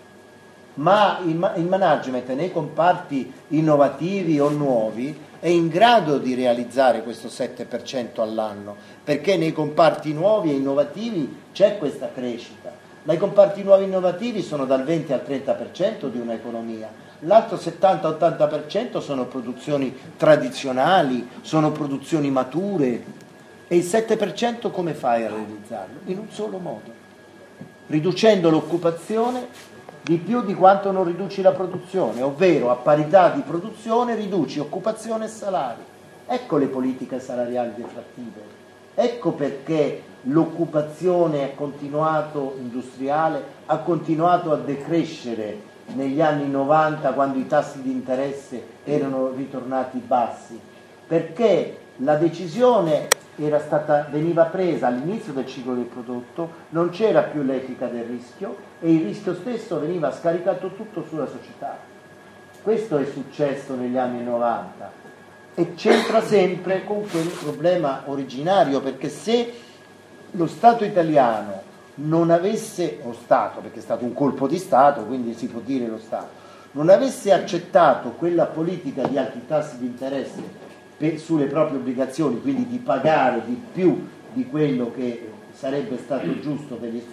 ma il management nei comparti innovativi o nuovi è in grado di realizzare questo 7% all'anno, perché nei comparti nuovi e innovativi c'è questa crescita. Ma i comparti nuovi e innovativi sono dal 20 al 30% di un'economia, l'altro 70-80% sono produzioni tradizionali, sono produzioni mature. E il 7% come fai a realizzarlo? In un solo modo, riducendo l'occupazione di più di quanto non riduci la produzione, ovvero a parità di produzione riduci occupazione e salari. Ecco le politiche salariali deflattive, ecco perché l'occupazione industriale ha continuato a decrescere negli anni 90, quando i tassi di interesse erano ritornati bassi, perché la decisione veniva presa all'inizio del ciclo del prodotto, non c'era più l'etica del rischio e il rischio stesso veniva scaricato tutto sulla società. Questo è successo negli anni 90 e c'entra sempre con quel problema originario, perché se lo Stato italiano non avesse, perché è stato un colpo di Stato, quindi si può dire lo Stato, non avesse accettato quella politica di alti tassi di interesse sulle proprie obbligazioni, quindi di pagare di più di quello che sarebbe stato giusto per gli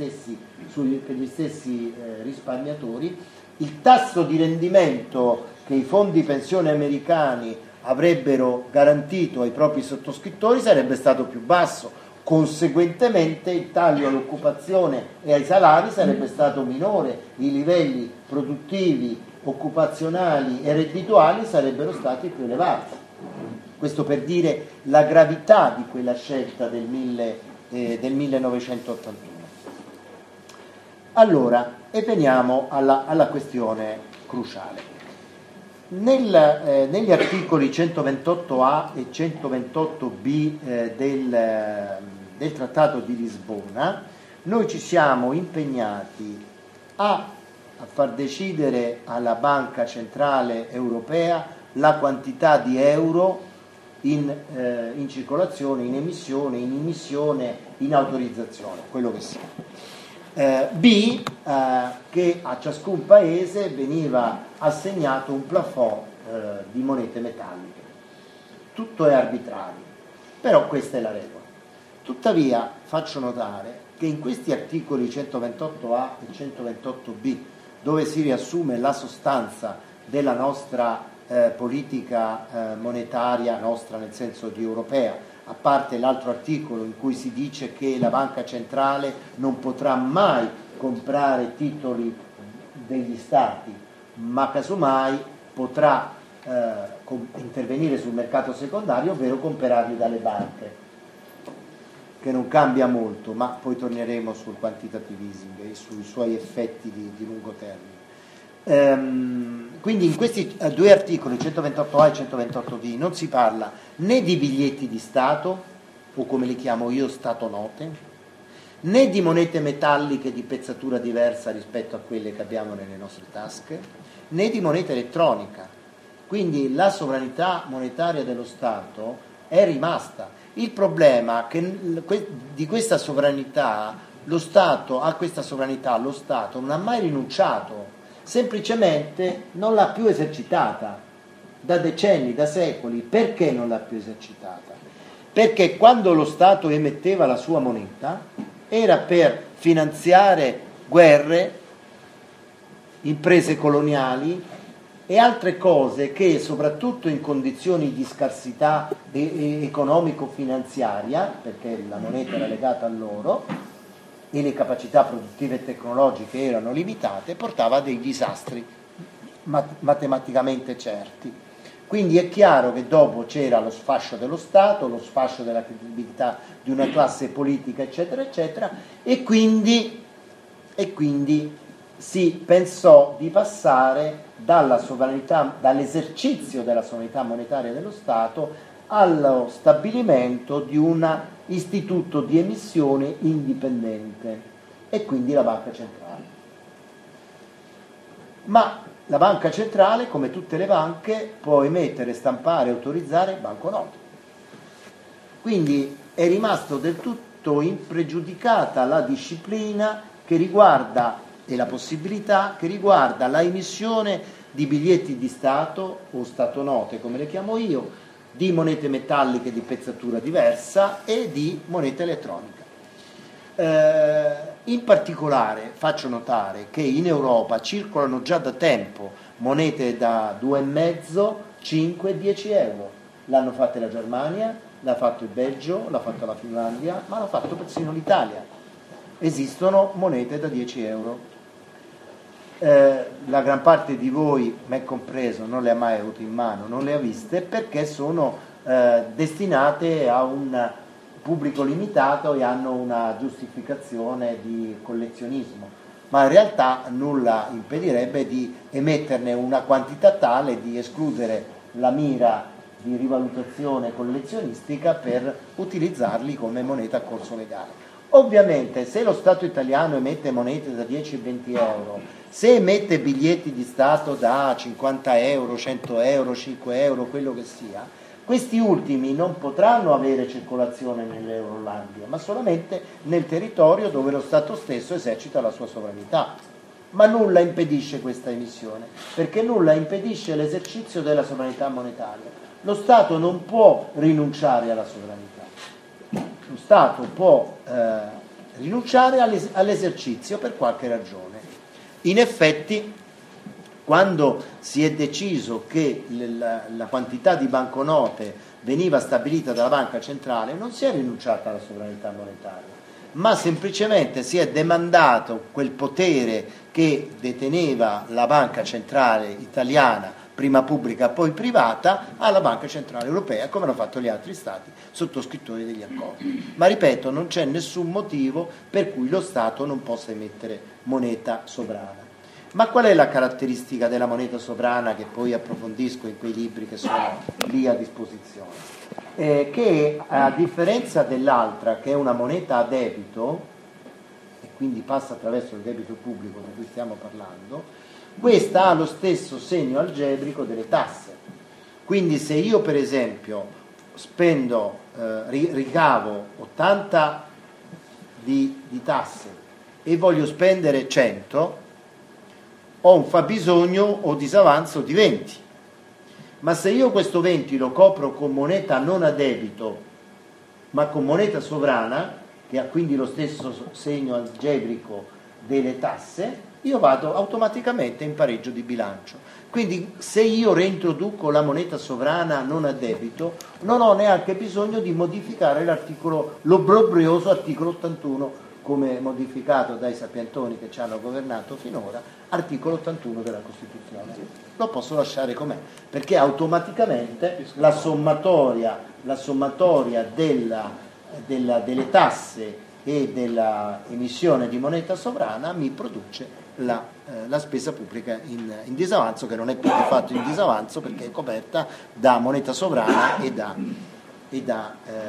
stessi risparmiatori, il tasso di rendimento che i fondi pensione americani avrebbero garantito ai propri sottoscrittori sarebbe stato più basso, conseguentemente il taglio all'occupazione e ai salari sarebbe stato minore, i livelli produttivi, occupazionali e reddituali sarebbero stati più elevati. Questo per dire la gravità di quella scelta del 1981. Allora, e veniamo alla questione cruciale. Negli articoli 128A e 128B del Trattato di Lisbona, noi ci siamo impegnati a far decidere alla Banca Centrale Europea la quantità di euro in circolazione, in emissione, in immissione, in autorizzazione, quello che sia. B, che a ciascun paese veniva assegnato un plafond di monete metalliche. Tutto è arbitrario, però questa è la regola. Tuttavia faccio notare che in questi articoli 128A e 128B, dove si riassume la sostanza della nostra politica monetaria, nostra nel senso di europea, a parte l'altro articolo in cui si dice che la banca centrale non potrà mai comprare titoli degli stati, ma casomai potrà intervenire sul mercato secondario, ovvero comprarli dalle banche, che non cambia molto, ma poi torneremo sul quantitative easing e sui suoi effetti di lungo termine. Quindi in questi due articoli, 128A e 128B, non si parla né di biglietti di Stato, o come li chiamo io, Stato note, né di monete metalliche di pezzatura diversa rispetto a quelle che abbiamo nelle nostre tasche, né di moneta elettronica. Quindi la sovranità monetaria dello Stato è rimasta. Il problema è che di questa sovranità lo Stato non ha mai rinunciato, semplicemente non l'ha più esercitata da decenni, da secoli. Perché non l'ha più esercitata? Perché quando lo Stato emetteva la sua moneta era per finanziare guerre, imprese coloniali e altre cose che, soprattutto in condizioni di scarsità economico-finanziaria, perché la moneta era legata a loro e le capacità produttive e tecnologiche erano limitate, portava a dei disastri matematicamente certi. Quindi è chiaro che dopo c'era lo sfascio dello Stato, lo sfascio della credibilità di una classe politica, eccetera, eccetera, e quindi si pensò di passare dall'esercizio della sovranità monetaria dello Stato allo stabilimento di un istituto di emissione indipendente, e quindi la banca centrale. Ma la banca centrale, come tutte le banche, può emettere, stampare, autorizzare banconote. Quindi è rimasto del tutto impregiudicata la disciplina che riguarda e la possibilità che riguarda la emissione di biglietti di Stato o statonote, come le chiamo io, di monete metalliche di pezzatura diversa e di moneta elettronica. In particolare faccio notare che in Europa circolano già da tempo monete da 2,5, 5, 10 euro. L'hanno fatta la Germania, l'ha fatto il Belgio, l'ha fatto la Finlandia, ma l'ha fatto persino l'Italia. Esistono monete da 10 euro. La gran parte di voi, me compreso, non le ha mai avute in mano, non le ha viste, perché sono destinate a un pubblico limitato e hanno una giustificazione di collezionismo, ma in realtà nulla impedirebbe di emetterne una quantità tale di escludere la mira di rivalutazione collezionistica per utilizzarli come moneta a corso legale. Ovviamente se lo Stato italiano emette monete da 10 e 20 euro, se emette biglietti di Stato da 50 euro, 100 euro, 5 euro, quello che sia, questi ultimi non potranno avere circolazione nell'Eurolandia, ma solamente nel territorio dove lo Stato stesso esercita la sua sovranità. Ma nulla impedisce questa emissione, perché nulla impedisce l'esercizio della sovranità monetaria. Lo Stato non può rinunciare alla sovranità. Lo Stato può rinunciare all'esercizio per qualche ragione. In effetti, quando si è deciso che la quantità di banconote veniva stabilita dalla banca centrale, non si è rinunciata alla sovranità monetaria, ma semplicemente si è demandato quel potere che deteneva la banca centrale italiana, prima pubblica poi privata, alla banca centrale europea, come hanno fatto gli altri stati sottoscrittori degli accordi. Ma ripeto, non c'è nessun motivo per cui lo Stato non possa emettere moneta sovrana. Ma qual è la caratteristica della moneta sovrana, che poi approfondisco in quei libri che sono lì a disposizione? Che a differenza dell'altra, che è una moneta a debito, e quindi passa attraverso il debito pubblico di cui stiamo parlando, questa ha lo stesso segno algebrico delle tasse. Quindi se io per esempio spendo, ricavo 80 di tasse e voglio spendere 100, ho un fabbisogno o disavanzo di 20. Ma se io questo 20 lo copro con moneta non a debito, ma con moneta sovrana, che ha quindi lo stesso segno algebrico delle tasse, io vado automaticamente in pareggio di bilancio. Quindi se io reintroduco la moneta sovrana non a debito, non ho neanche bisogno di modificare l'obbrobrioso articolo 81, come modificato dai sapientoni che ci hanno governato finora, articolo 81 della Costituzione. Lo posso lasciare com'è, perché automaticamente la sommatoria delle tasse e della emissione di moneta sovrana mi produce la spesa pubblica in disavanzo, che non è più di fatto in disavanzo perché è coperta da moneta sovrana e da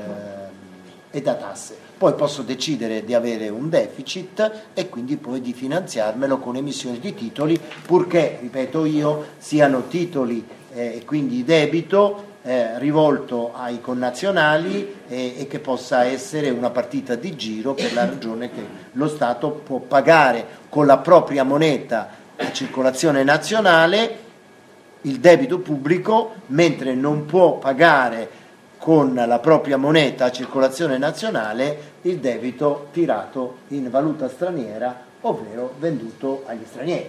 tasse. Poi posso decidere di avere un deficit e quindi poi di finanziarmelo con emissioni di titoli, purché, ripeto io, siano titoli e quindi debito rivolto ai connazionali e che possa essere una partita di giro, per la ragione che lo Stato può pagare con la propria moneta a circolazione nazionale il debito pubblico, mentre non può pagare con la propria moneta a circolazione nazionale il debito tirato in valuta straniera, ovvero venduto agli stranieri.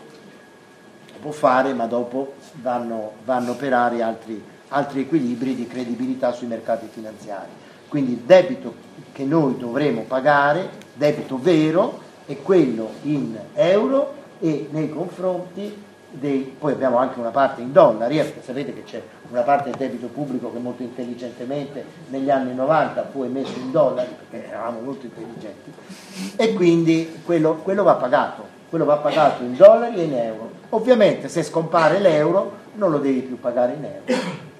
Lo può fare, ma dopo vanno a operare altri equilibri di credibilità sui mercati finanziari. Quindi il debito che noi dovremo pagare, debito vero, è quello in euro e nei confronti poi abbiamo anche una parte in dollari, perché sapete che c'è una parte del debito pubblico che molto intelligentemente negli anni 90 fu emesso in dollari, perché eravamo molto intelligenti, e quindi quello va pagato in dollari e in euro. Ovviamente se scompare l'euro non lo devi più pagare in euro,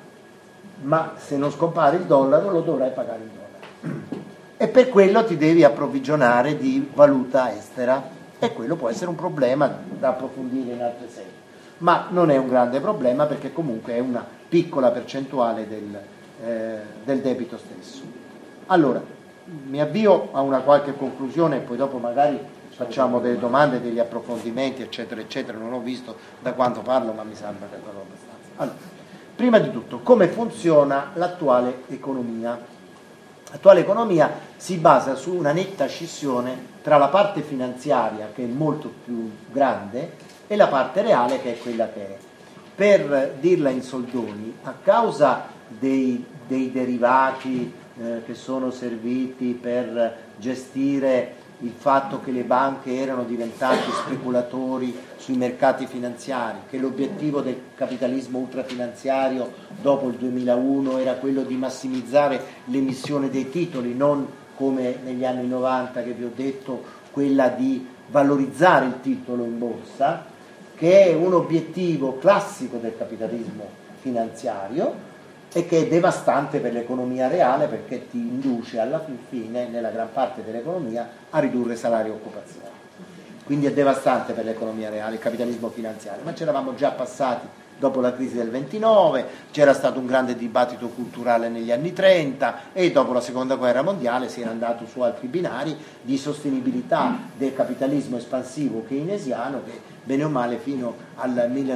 ma se non scompare il dollaro lo dovrai pagare in dollari, e per quello ti devi approvvigionare di valuta estera, e quello può essere un problema da approfondire in altre sedi, ma non è un grande problema perché comunque è una piccola percentuale del debito stesso. Allora, mi avvio a una qualche conclusione e poi dopo magari facciamo delle domande, degli approfondimenti, eccetera, eccetera. Non ho visto da quanto parlo, ma mi sembra che parlo abbastanza. Allora, prima di tutto, come funziona l'attuale economia? L'attuale economia si basa su una netta scissione tra la parte finanziaria, che è molto più grande, e la parte reale, che è quella che è. Per dirla in soldoni, a causa dei derivati che sono serviti per gestire il fatto che le banche erano diventate speculatori sui mercati finanziari, che l'obiettivo del capitalismo ultrafinanziario dopo il 2001 era quello di massimizzare l'emissione dei titoli, non come negli anni 90 che vi ho detto, quella di valorizzare il titolo in borsa, che è un obiettivo classico del capitalismo finanziario e che è devastante per l'economia reale, perché ti induce alla fine, nella gran parte dell'economia, a ridurre salari e occupazione. Quindi è devastante per l'economia reale il capitalismo finanziario, ma ci eravamo già passati dopo la crisi del 29, c'era stato un grande dibattito culturale negli anni 30 e dopo la seconda guerra mondiale si era andato su altri binari di sostenibilità del capitalismo espansivo keynesiano, che bene o male fino al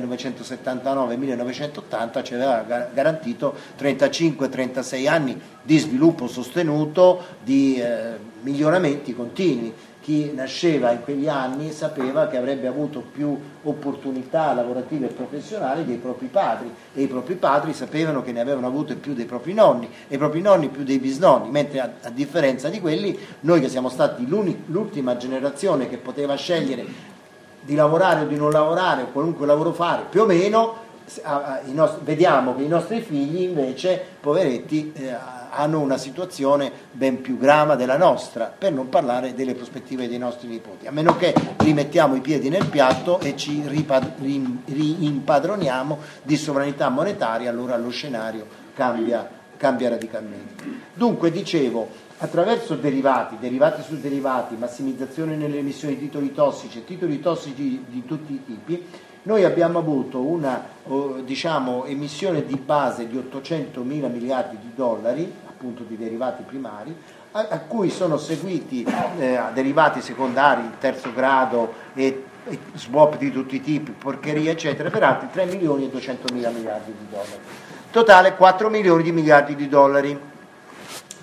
1979-1980 ci aveva garantito 35-36 anni di sviluppo sostenuto, di miglioramenti continui. Chi nasceva in quegli anni sapeva che avrebbe avuto più opportunità lavorative e professionali dei propri padri, e i propri padri sapevano che ne avevano avute più dei propri nonni, e i propri nonni più dei bisnonni, mentre a differenza di quelli, noi che siamo stati l'ultima generazione che poteva scegliere di lavorare o di non lavorare, o qualunque lavoro fare, più o meno, vediamo che i nostri figli invece, poveretti, hanno una situazione ben più grave della nostra, per non parlare delle prospettive dei nostri nipoti, a meno che rimettiamo i piedi nel piatto e ci riimpadroniamo di sovranità monetaria, allora lo scenario cambia radicalmente. Dunque, dicevo, attraverso derivati su derivati, massimizzazione nelle emissioni di titoli tossici e titoli tossici di tutti i tipi, noi abbiamo avuto una emissione di base di 800 mila miliardi di dollari, appunto di derivati primari, a cui sono seguiti derivati secondari, terzo grado e swap di tutti i tipi, porcheria eccetera, per altri 3 milioni e 200 mila miliardi di dollari. Totale 4 milioni di miliardi di dollari.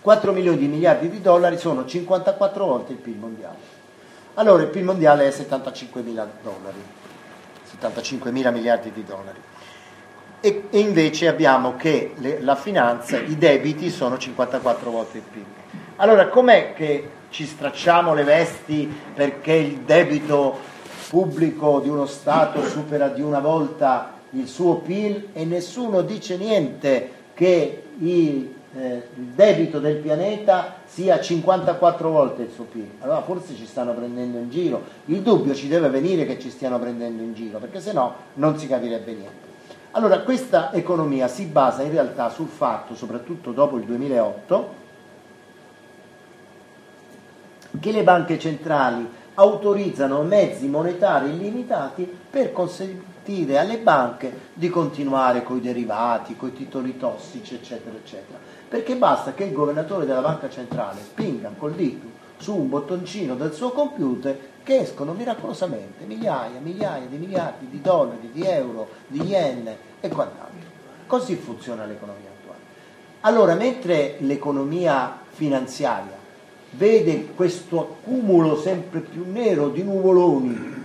4 milioni di miliardi di dollari sono 54 volte il PIL mondiale. Allora il PIL mondiale è 75 mila dollari, 75 mila miliardi di dollari. E invece abbiamo che la finanza, i debiti sono 54 volte il PIL. Allora com'è che ci stracciamo le vesti perché il debito pubblico di uno Stato supera di una volta il suo PIL e nessuno dice niente che il debito del pianeta sia 54 volte il suo PIL? Allora forse ci stanno prendendo in giro. Il dubbio ci deve venire che ci stiano prendendo in giro, perché sennò non si capirebbe niente. Allora questa economia si basa in realtà sul fatto, soprattutto dopo il 2008, che le banche centrali autorizzano mezzi monetari illimitati per consentire alle banche di continuare coi derivati, coi titoli tossici, eccetera, eccetera. Perché basta che il governatore della banca centrale spinga col dito su un bottoncino del suo computer che escono miracolosamente migliaia di miliardi di dollari, di euro, di yen e quant'altro. Così funziona l'economia attuale. Allora, mentre l'economia finanziaria vede questo accumulo sempre più nero di nuvoloni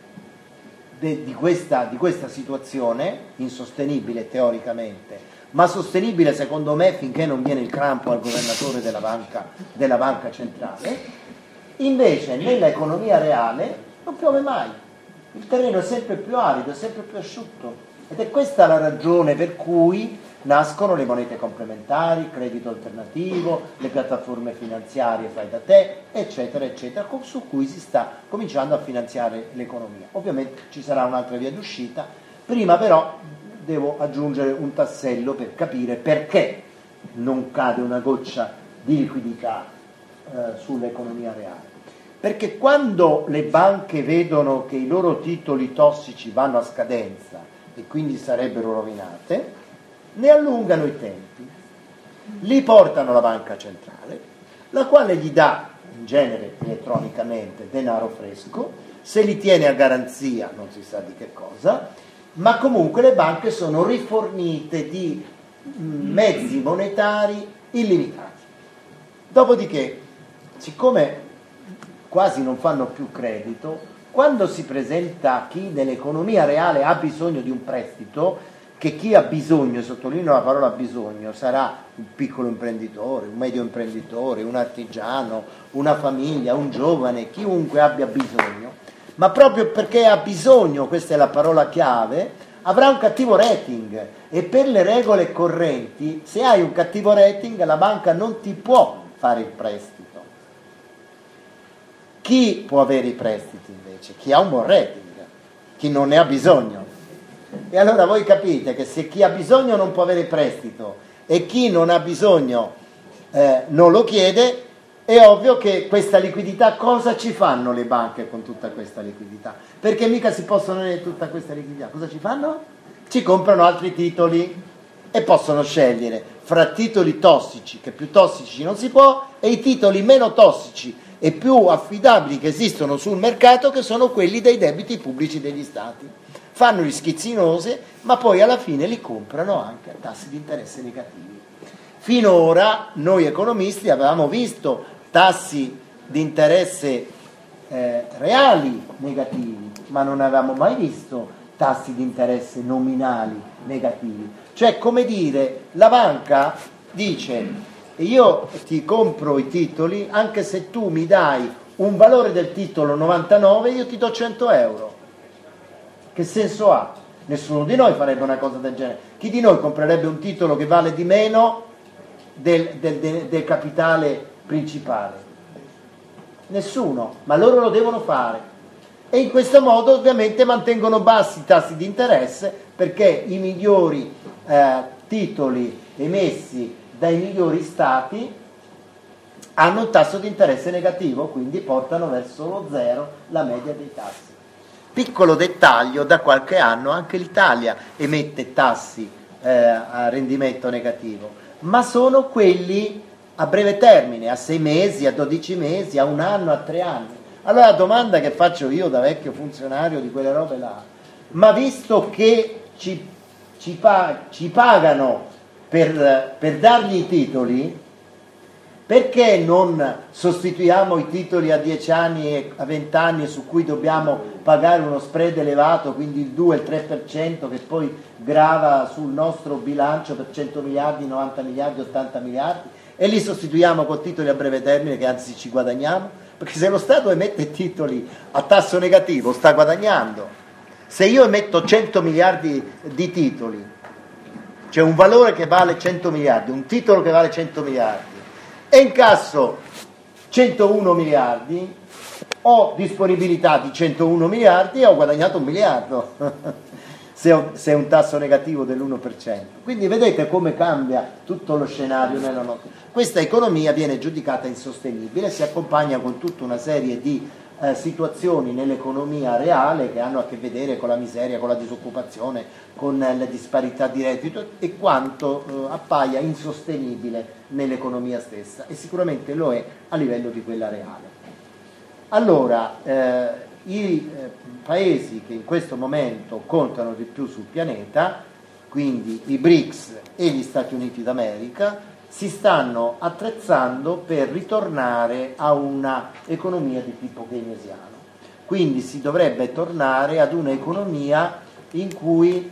di questa situazione, insostenibile teoricamente, ma sostenibile secondo me finché non viene il crampo al governatore della banca centrale, invece nella economia reale non piove mai, il terreno è sempre più arido, è sempre più asciutto, ed è questa la ragione per cui nascono le monete complementari, il credito alternativo, le piattaforme finanziarie fai da te, eccetera, eccetera, su cui si sta cominciando a finanziare l'economia. Ovviamente ci sarà un'altra via d'uscita, prima però devo aggiungere un tassello per capire perché non cade una goccia di liquidità sull'economia reale. Perché quando le banche vedono che i loro titoli tossici vanno a scadenza e quindi sarebbero rovinate, ne allungano i tempi, li portano alla banca centrale, la quale gli dà, in genere elettronicamente, denaro fresco, se li tiene a garanzia non si sa di che cosa, ma comunque le banche sono rifornite di mezzi monetari illimitati. Dopodiché, siccome quasi non fanno più credito, quando si presenta chi nell'economia reale ha bisogno di un prestito, che chi ha bisogno, sottolineo la parola bisogno, sarà un piccolo imprenditore, un medio imprenditore, un artigiano, una famiglia, un giovane, chiunque abbia bisogno, ma proprio perché ha bisogno, questa è la parola chiave, avrà un cattivo rating, e per le regole correnti, se hai un cattivo rating, la banca non ti può fare il prestito. Chi può avere i prestiti invece? Chi ha un buon rating, chi non ne ha bisogno. E allora voi capite che se chi ha bisogno non può avere prestito e chi non ha bisogno non lo chiede, è ovvio che questa liquidità, cosa ci fanno le banche con tutta questa liquidità? Perché mica si possono avere tutta questa liquidità. Cosa ci fanno? Ci comprano altri titoli e possono scegliere fra titoli tossici, che più tossici non si può, e i titoli meno tossici e più affidabili che esistono sul mercato, che sono quelli dei debiti pubblici degli stati. Fanno gli schizzinose, ma poi alla fine li comprano anche a tassi di interesse negativi. Finora noi economisti avevamo visto tassi di interesse reali negativi, ma non avevamo mai visto tassi di interesse nominali negativi. Cioè, come dire, la banca dice: io ti compro i titoli anche se tu mi dai un valore del titolo 99, io ti do 100 euro. Che senso ha? Nessuno di noi farebbe una cosa del genere. Chi di noi comprerebbe un titolo che vale di meno del capitale principale? Nessuno, ma loro lo devono fare. E in questo modo ovviamente mantengono bassi i tassi di interesse, perché i migliori titoli emessi dai migliori stati hanno un tasso di interesse negativo, quindi portano verso lo zero la media dei tassi. Piccolo dettaglio, da qualche anno anche l'Italia emette tassi a rendimento negativo, ma sono quelli a breve termine, a 6 mesi, a 12 mesi, a 1 anno, a 3 anni. Allora la domanda che faccio io da vecchio funzionario di quelle robe là: ma visto che ci pagano per dargli i titoli, Perché non sostituiamo i titoli a 10 anni e a 20 anni su cui dobbiamo pagare uno spread elevato, quindi il 2, il 3% che poi grava sul nostro bilancio per 100 miliardi, 90 miliardi, 80 miliardi e li sostituiamo con titoli a breve termine che anzi ci guadagniamo? Perché se lo Stato emette titoli a tasso negativo sta guadagnando. Se io emetto 100 miliardi di titoli, c'è un valore che vale 100 miliardi, un titolo che vale 100 miliardi, e incasso 101 miliardi, ho disponibilità di 101 miliardi e ho guadagnato 1 miliardo, se è un tasso negativo dell'1%. Quindi vedete come cambia tutto lo scenario nella nostra. Questa economia viene giudicata insostenibile, si accompagna con tutta una serie di situazioni nell'economia reale che hanno a che vedere con la miseria, con la disoccupazione, con le disparità di reddito e quanto appaia insostenibile nell'economia stessa, e sicuramente lo è a livello di quella reale. Allora, i paesi che in questo momento contano di più sul pianeta, quindi i BRICS e gli Stati Uniti d'America, si stanno attrezzando per ritornare a una economia di tipo keynesiano. Quindi si dovrebbe tornare ad un'economia in cui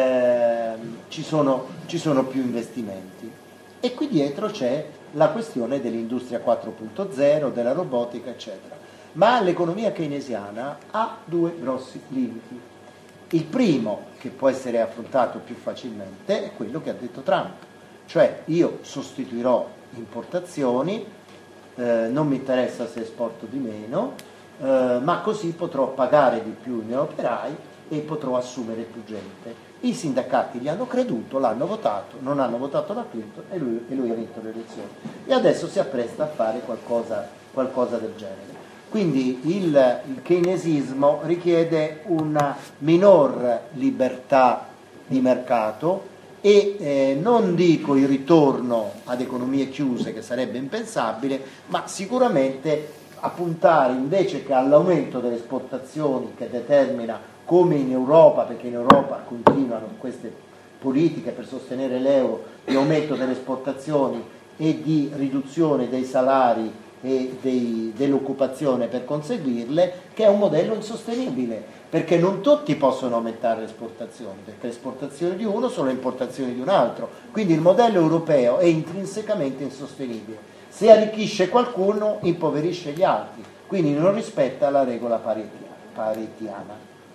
ci sono più investimenti. E qui dietro c'è la questione dell'industria 4.0, della robotica, eccetera. Ma l'economia keynesiana ha 2 grossi limiti. Il primo, che può essere affrontato più facilmente, è quello che ha detto Trump. Cioè io sostituirò importazioni, non mi interessa se esporto di meno, ma così potrò pagare di più i miei operai e potrò assumere più gente. I sindacati gli hanno creduto, l'hanno votato, non hanno votato la Clinton e lui ha vinto le elezioni. E adesso si appresta a fare qualcosa del genere. Quindi il keynesismo richiede una minor libertà di mercato, e non dico il ritorno ad economie chiuse, che sarebbe impensabile, ma sicuramente a puntare invece che all'aumento delle esportazioni, che determina, come in Europa, perché in Europa continuano queste politiche per sostenere l'euro, di aumento delle esportazioni e di riduzione dei salari e dell'occupazione per conseguirle, che è un modello insostenibile, perché non tutti possono aumentare le esportazioni, perché le esportazioni di uno sono le importazioni di un altro, quindi il modello europeo è intrinsecamente insostenibile. Se arricchisce qualcuno impoverisce gli altri, quindi non rispetta la regola paretiana.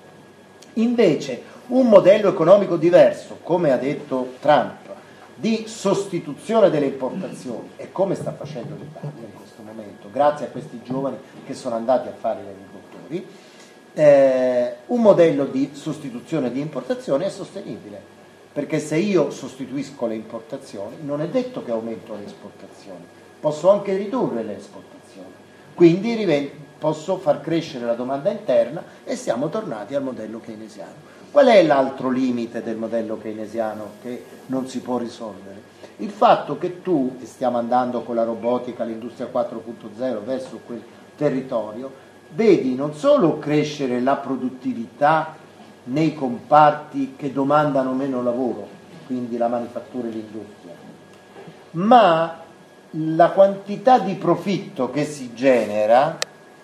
Invece un modello economico diverso, come ha detto Trump, di sostituzione delle importazioni, e come sta facendo l'Italia in questo momento, grazie a questi giovani che sono andati a fare gli agricoltori, un modello di sostituzione di importazioni è sostenibile, perché se io sostituisco le importazioni non è detto che aumento le esportazioni, posso anche ridurre le esportazioni, quindi posso far crescere la domanda interna e siamo tornati al modello keynesiano. Qual è l'altro limite del modello keynesiano che non si può risolvere? Il fatto che tu, e stiamo andando con la robotica, l'industria 4.0 verso quel territorio, vedi non solo crescere la produttività nei comparti che domandano meno lavoro, quindi la manifattura e l'industria, ma la quantità di profitto che si genera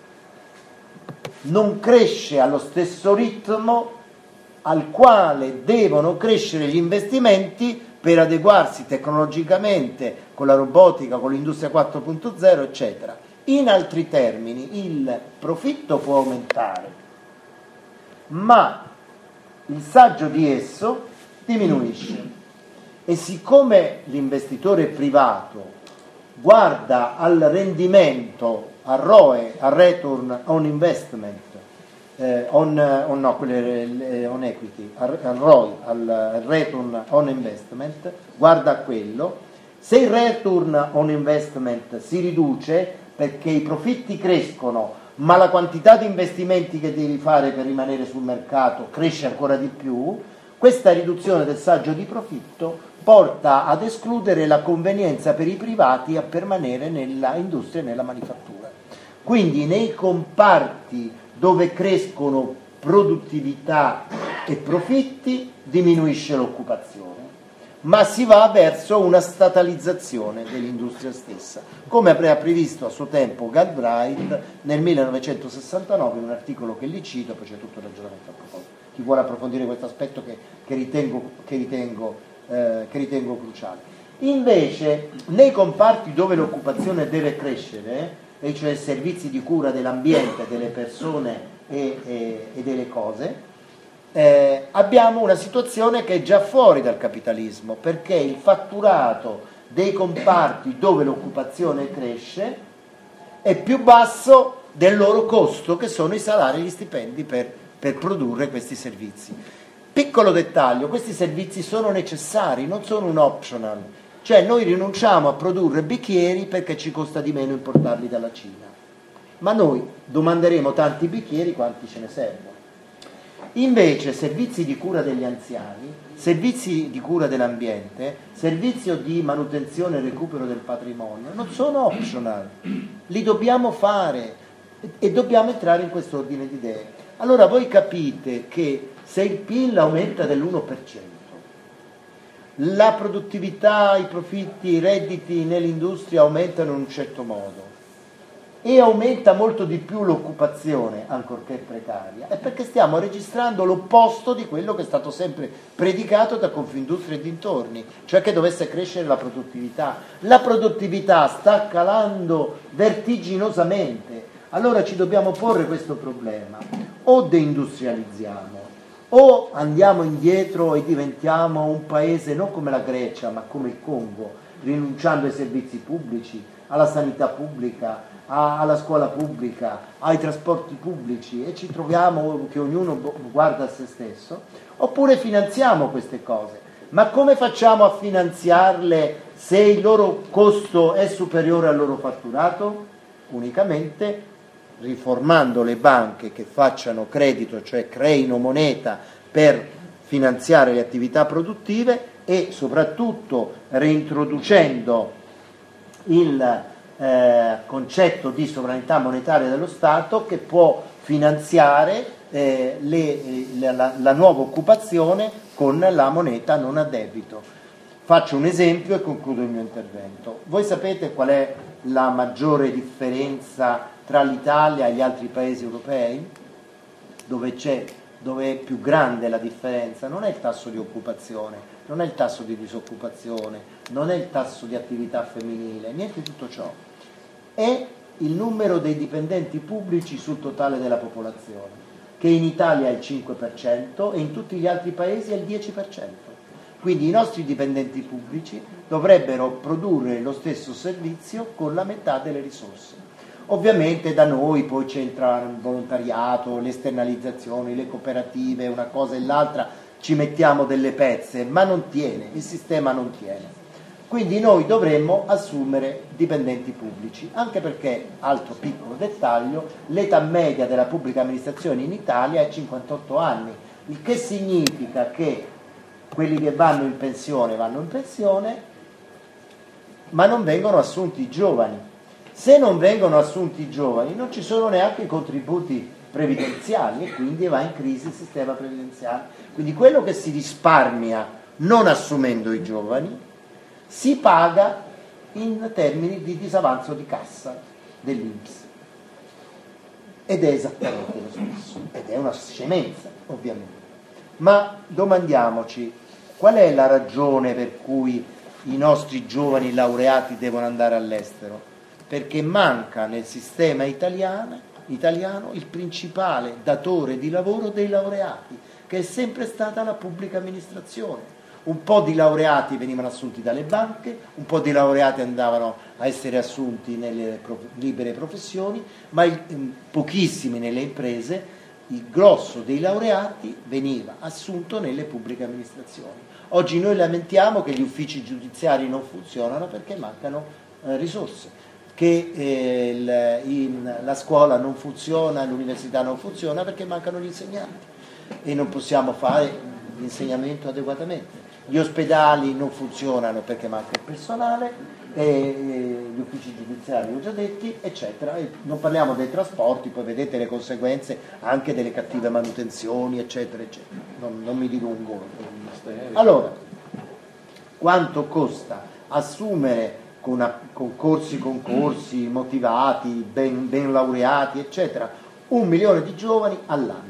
non cresce allo stesso ritmo al quale devono crescere gli investimenti per adeguarsi tecnologicamente con la robotica, con l'industria 4.0, eccetera. In altri termini, il profitto può aumentare, ma il saggio di esso diminuisce. E siccome l'investitore privato guarda al rendimento, al ROE, al return on investment, on equity, al ROI, al return on investment, guarda a quello. Se il return on investment si riduce perché i profitti crescono, ma la quantità di investimenti che devi fare per rimanere sul mercato cresce ancora di più, questa riduzione del saggio di profitto porta ad escludere la convenienza per i privati a permanere nella industria e nella manifattura. Quindi nei comparti dove crescono produttività e profitti diminuisce l'occupazione. ma si va verso una statalizzazione dell'industria stessa, come aveva previsto a suo tempo Galbraith nel 1969 in un articolo che li cito, poi c'è tutto il ragionamento a proposito. Chi vuole approfondire questo aspetto che ritengo cruciale. Invece, nei comparti dove l'occupazione deve crescere, e cioè servizi di cura dell'ambiente, delle persone e delle cose, abbiamo una situazione che è già fuori dal capitalismo, perché il fatturato dei comparti dove l'occupazione cresce è più basso del loro costo, che sono i salari e gli stipendi per produrre questi servizi. Piccolo dettaglio, questi servizi sono necessari, non sono un optional, cioè noi rinunciamo a produrre bicchieri perché ci costa di meno importarli dalla Cina, ma noi domanderemo tanti bicchieri quanti ce ne servono. Invece servizi di cura degli anziani, servizi di cura dell'ambiente, servizio di manutenzione e recupero del patrimonio non sono optional, li dobbiamo fare e dobbiamo entrare in questo ordine di idee. Allora voi capite che se il PIL aumenta dell'1%, la produttività, i profitti, i redditi nell'industria aumentano in un certo modo e aumenta molto di più l'occupazione, ancorché precaria, è perché stiamo registrando l'opposto di quello che è stato sempre predicato da Confindustria e dintorni, cioè che dovesse crescere la produttività. La produttività sta calando vertiginosamente, allora ci dobbiamo porre questo problema: o deindustrializziamo, o andiamo indietro e diventiamo un paese non come la Grecia ma come il Congo, rinunciando ai servizi pubblici, alla sanità pubblica, alla scuola pubblica, ai trasporti pubblici, e ci troviamo che ognuno guarda a se stesso, oppure finanziamo queste cose. Ma come facciamo a finanziarle se il loro costo è superiore al loro fatturato? Unicamente riformando le banche che facciano credito, cioè creino moneta per finanziare le attività produttive, e soprattutto reintroducendo il concetto di sovranità monetaria dello Stato, che può finanziare la nuova occupazione con la moneta non a debito. Faccio un esempio e concludo il mio intervento. Voi sapete qual è la maggiore differenza tra l'Italia e gli altri paesi europei? Dove è più grande la differenza non è il tasso di occupazione, non è il tasso di disoccupazione, non è il tasso di attività femminile, niente di tutto ciò. È il numero dei dipendenti pubblici sul totale della popolazione, che in Italia è il 5% e in tutti gli altri paesi è il 10%. Quindi i nostri dipendenti pubblici dovrebbero produrre lo stesso servizio con la metà delle risorse. Ovviamente da noi poi c'entra il volontariato, le esternalizzazioni, le cooperative, una cosa e l'altra, ci mettiamo delle pezze, ma non tiene, il sistema non tiene. Quindi noi dovremmo assumere dipendenti pubblici, anche perché, altro piccolo dettaglio, l'età media della pubblica amministrazione in Italia è 58 anni, il che significa che quelli che vanno in pensione, ma non vengono assunti i giovani. Se non vengono assunti i giovani non ci sono neanche i contributi previdenziali e quindi va in crisi il sistema previdenziale. Quindi quello che si risparmia non assumendo i giovani si paga in termini di disavanzo di cassa dell'INPS, ed è esattamente lo stesso, ed è una scemenza ovviamente. Ma domandiamoci qual è la ragione per cui i nostri giovani laureati devono andare all'estero? Perché manca nel sistema italiano il principale datore di lavoro dei laureati, che è sempre stata la pubblica amministrazione. Un po' di laureati venivano assunti dalle banche, un po' di laureati andavano a essere assunti nelle libere professioni, ma pochissimi nelle imprese. Il grosso dei laureati veniva assunto nelle pubbliche amministrazioni. Oggi noi lamentiamo che gli uffici giudiziari non funzionano perché mancano risorse, che la scuola non funziona, l'università non funziona perché mancano gli insegnanti e non possiamo fare l'insegnamento adeguatamente. Gli ospedali non funzionano perché manca il personale, gli uffici giudiziari, ho già detti, eccetera. E non parliamo dei trasporti, poi vedete le conseguenze anche delle cattive manutenzioni, eccetera, eccetera. Non mi dilungo. Allora, quanto costa assumere con concorsi motivati, ben laureati, eccetera, 1 milione di giovani all'anno.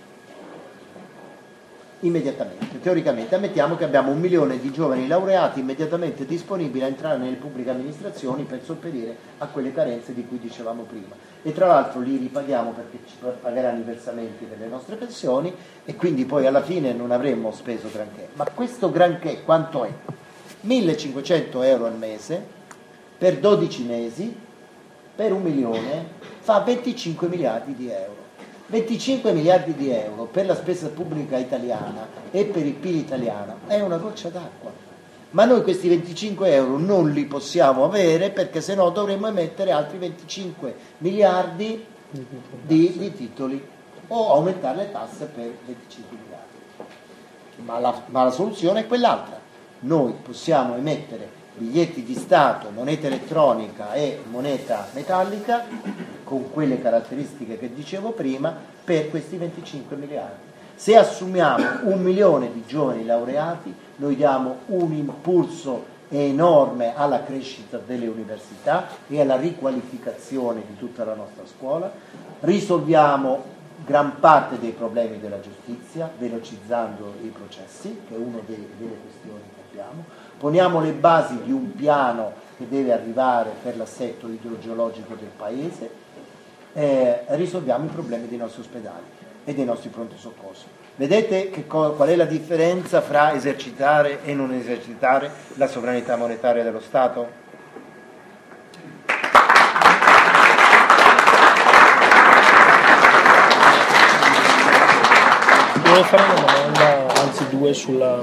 Immediatamente, teoricamente, ammettiamo che abbiamo 1 milione di giovani laureati immediatamente disponibili a entrare nelle pubbliche amministrazioni per sopperire a quelle carenze di cui dicevamo prima. E tra l'altro li ripaghiamo perché ci pagheranno i versamenti delle nostre pensioni e quindi poi alla fine non avremmo speso granché. Ma questo granché quanto è? 1.500 euro al mese per 12 mesi per 1 milione fa 25 miliardi di euro. 25 miliardi di euro per la spesa pubblica italiana e per il PIL italiano è una goccia d'acqua, ma noi questi 25 euro non li possiamo avere perché sennò dovremmo emettere altri 25 miliardi di titoli o aumentare le tasse per 25 miliardi. Ma la soluzione è quell'altra: noi possiamo emettere biglietti di Stato, moneta elettronica e moneta metallica con quelle caratteristiche che dicevo prima per questi 25 miliardi. Se assumiamo 1 milione di giovani laureati, noi diamo un impulso enorme alla crescita delle università e alla riqualificazione di tutta la nostra scuola, risolviamo gran parte dei problemi della giustizia, velocizzando i processi, che è una delle questioni che abbiamo, poniamo le basi di un piano che deve arrivare per l'assetto idrogeologico del paese, risolviamo i problemi dei nostri ospedali e dei nostri pronto soccorso. Vedete qual è la differenza fra esercitare e non esercitare la sovranità monetaria dello Stato? Volevo fare una domanda, anzi due, sulla...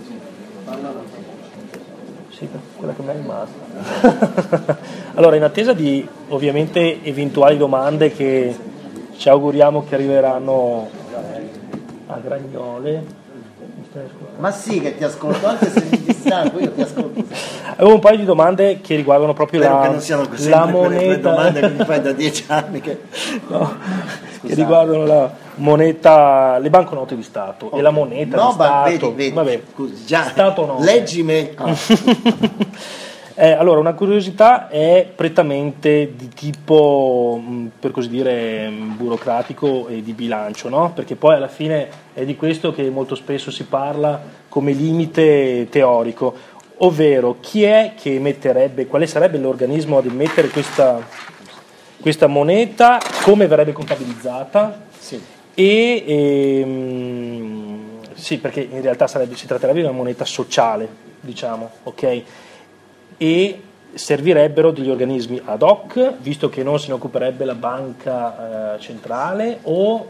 Sì, quella che mi è rimasta. Allora, in attesa di ovviamente eventuali domande che ci auguriamo che arriveranno a Gragnole. Ma sì, che ti ascolto, anche se mi distrago, io ti ascolto. Avevo un paio di domande che riguardano proprio Spero che non siano la moneta. Le domande che mi fai da 10 anni che che riguardano la moneta, le banconote di Stato e la moneta di Stato. Vedi, vabbè, scusi, già, Stato no. leggimi. Allora, una curiosità è prettamente di tipo, per così dire, burocratico e di bilancio, no? Perché poi alla fine è di questo che molto spesso si parla come limite teorico, ovvero chi è che emetterebbe, quale sarebbe l'organismo ad emettere questa moneta, come verrebbe contabilizzata? Sì. Sì, perché in realtà si tratterebbe di una moneta sociale, diciamo, ok? E servirebbero degli organismi ad hoc, visto che non se ne occuperebbe la banca centrale, o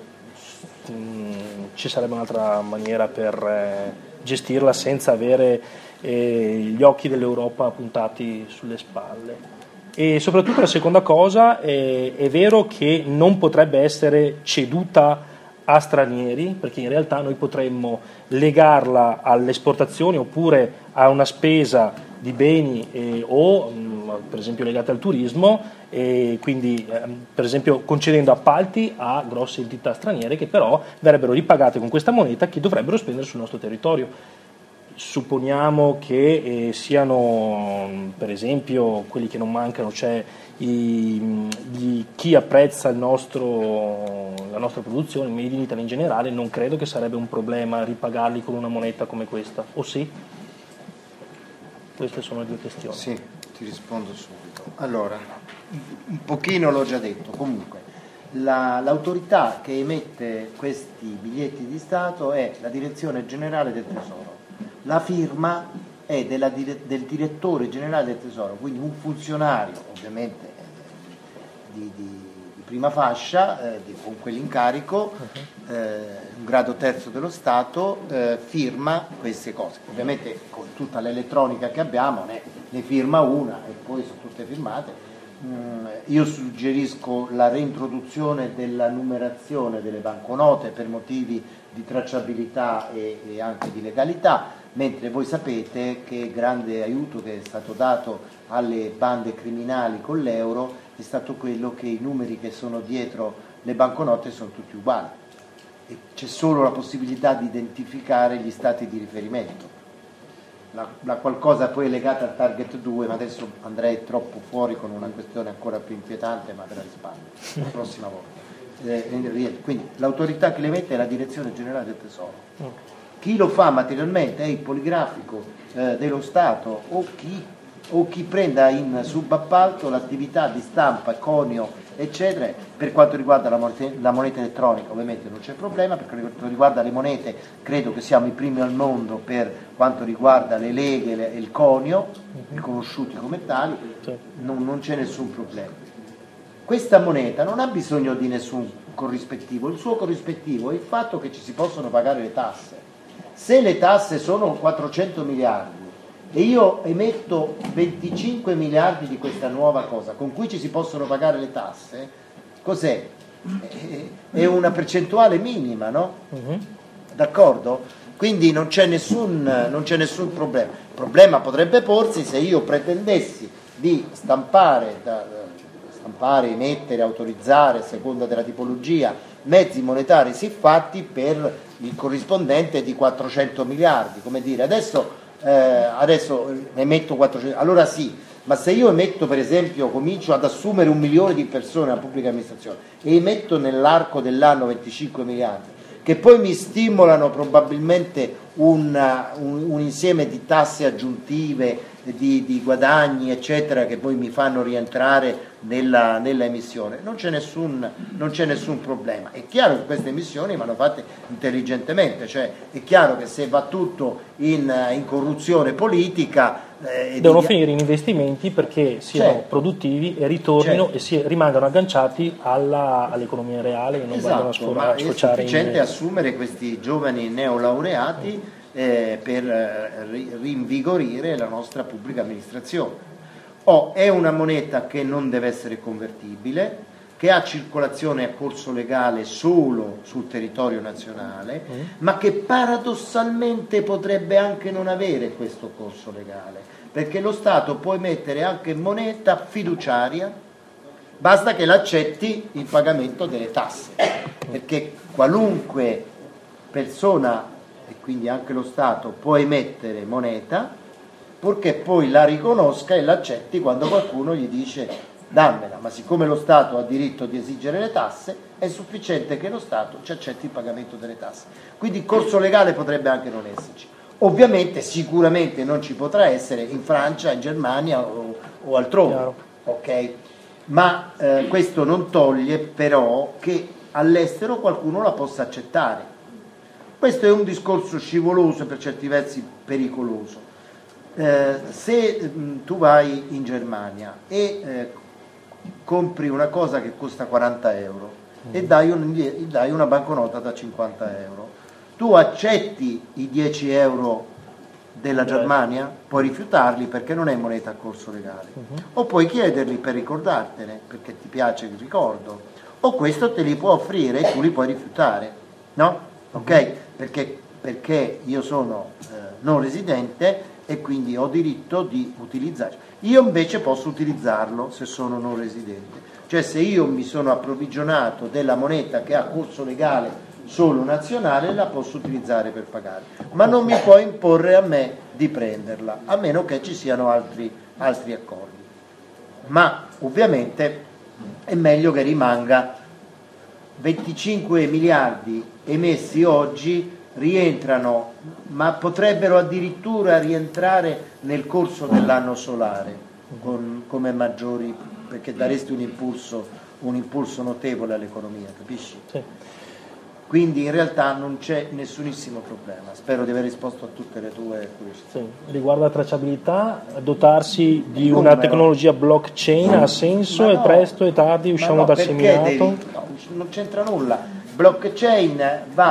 ci sarebbe un'altra maniera per gestirla senza avere gli occhi dell'Europa puntati sulle spalle. E soprattutto la seconda cosa, è vero che non potrebbe essere ceduta a stranieri, perché in realtà noi potremmo legarla alle esportazioni oppure a una spesa di beni o per esempio legate al turismo, e quindi per esempio concedendo appalti a grosse entità straniere che però verrebbero ripagate con questa moneta che dovrebbero spendere sul nostro territorio. Supponiamo che siano per esempio quelli che non mancano, cioè chi apprezza la nostra produzione, il Made in Italy in generale. Non credo che sarebbe un problema ripagarli con una moneta come questa, o sì? Queste sono le due questioni. Sì, ti rispondo subito. Allora, un pochino l'ho già detto, comunque l'autorità che emette questi biglietti di Stato è la Direzione Generale del Tesoro. La firma è del Direttore Generale del Tesoro, quindi un funzionario ovviamente di prima fascia, con quell'incarico, un grado terzo dello Stato, firma queste cose. Ovviamente con tutta l'elettronica che abbiamo ne firma una e poi sono tutte firmate. Io suggerisco la reintroduzione della numerazione delle banconote per motivi di tracciabilità e anche di legalità, mentre voi sapete che grande aiuto che è stato dato alle bande criminali con l'euro è stato quello che i numeri che sono dietro le banconote sono tutti uguali e c'è solo la possibilità di identificare gli stati di riferimento. la qualcosa poi è legata al target 2, ma adesso andrei troppo fuori con una questione ancora più inquietante, ma ve la risparmio la prossima volta. Quindi l'autorità che le mette è la Direzione Generale del Tesoro. Chi lo fa materialmente è il poligrafico dello Stato o chi prenda in subappalto l'attività di stampa, conio, eccetera. Per quanto riguarda la moneta elettronica ovviamente non c'è problema, per quanto riguarda le monete credo che siamo i primi al mondo per quanto riguarda le leghe e il conio, riconosciuti come tali, non c'è nessun problema. Questa moneta non ha bisogno di nessun corrispettivo, il suo corrispettivo è il fatto che ci si possono pagare le tasse. Se le tasse sono 400 miliardi e io emetto 25 miliardi di questa nuova cosa con cui ci si possono pagare le tasse, cos'è? È una percentuale minima, no? D'accordo? Quindi non c'è nessun problema. Il problema potrebbe porsi se io pretendessi di stampare, emettere, autorizzare, a seconda della tipologia, mezzi monetari siffatti per il corrispondente di 400 miliardi, come dire, adesso emetto 400, allora sì, ma se io emetto, per esempio, comincio ad assumere 1 milione di persone nella pubblica amministrazione e emetto nell'arco dell'anno 25 miliardi, che poi mi stimolano probabilmente un insieme di tasse aggiuntive, di guadagni, eccetera, che poi mi fanno rientrare nella emissione, non c'è nessun problema. È chiaro che queste emissioni vanno fatte intelligentemente, cioè è chiaro che se va tutto in corruzione politica devono finire in investimenti perché siano produttivi e ritornino e rimangano agganciati all'economia reale e non vadano a sfociare. È sufficiente assumere questi giovani neolaureati per rinvigorire la nostra pubblica amministrazione. È una moneta che non deve essere convertibile, che ha circolazione a corso legale solo sul territorio nazionale, ma che paradossalmente potrebbe anche non avere questo corso legale, perché lo Stato può emettere anche moneta fiduciaria, basta che l'accetti il pagamento delle tasse, perché qualunque persona, e quindi anche lo Stato, può emettere moneta, purché poi la riconosca e l'accetti quando qualcuno gli dice dammela, ma siccome lo Stato ha diritto di esigere le tasse, è sufficiente che lo Stato ci accetti il pagamento delle tasse. Quindi il corso legale potrebbe anche non esserci. Ovviamente, sicuramente non ci potrà essere in Francia, in Germania o altrove, ok? Ma questo non toglie però che all'estero qualcuno la possa accettare. Questo è un discorso scivoloso e per certi versi pericoloso. Se tu vai in Germania e compri una cosa che costa 40 euro e dai una banconota da 50 euro, tu accetti i 10 euro della Germania? Puoi rifiutarli perché non è moneta a corso legale, o puoi chiederli per ricordartene perché ti piace il ricordo, o questo te li può offrire e tu li puoi rifiutare, no? Ok? Perché io sono non residente e quindi ho diritto di utilizzarlo. Io invece posso utilizzarlo se sono non residente, cioè se io mi sono approvvigionato della moneta che ha corso legale solo nazionale, la posso utilizzare per pagare, ma non mi può imporre a me di prenderla, a meno che ci siano altri accordi. Ma ovviamente è meglio che rimanga 25 miliardi emessi oggi rientrano, ma potrebbero addirittura rientrare nel corso dell'anno solare come maggiori, perché daresti un impulso notevole all'economia, capisci? Sì. Quindi in realtà non c'è nessunissimo problema. Spero di aver risposto a tutte le tue curiosità. Sì. Riguardo la tracciabilità, dotarsi di una tecnologia blockchain ha senso? No, è presto, è tardi, usciamo dal seminato? Non c'entra nulla. Blockchain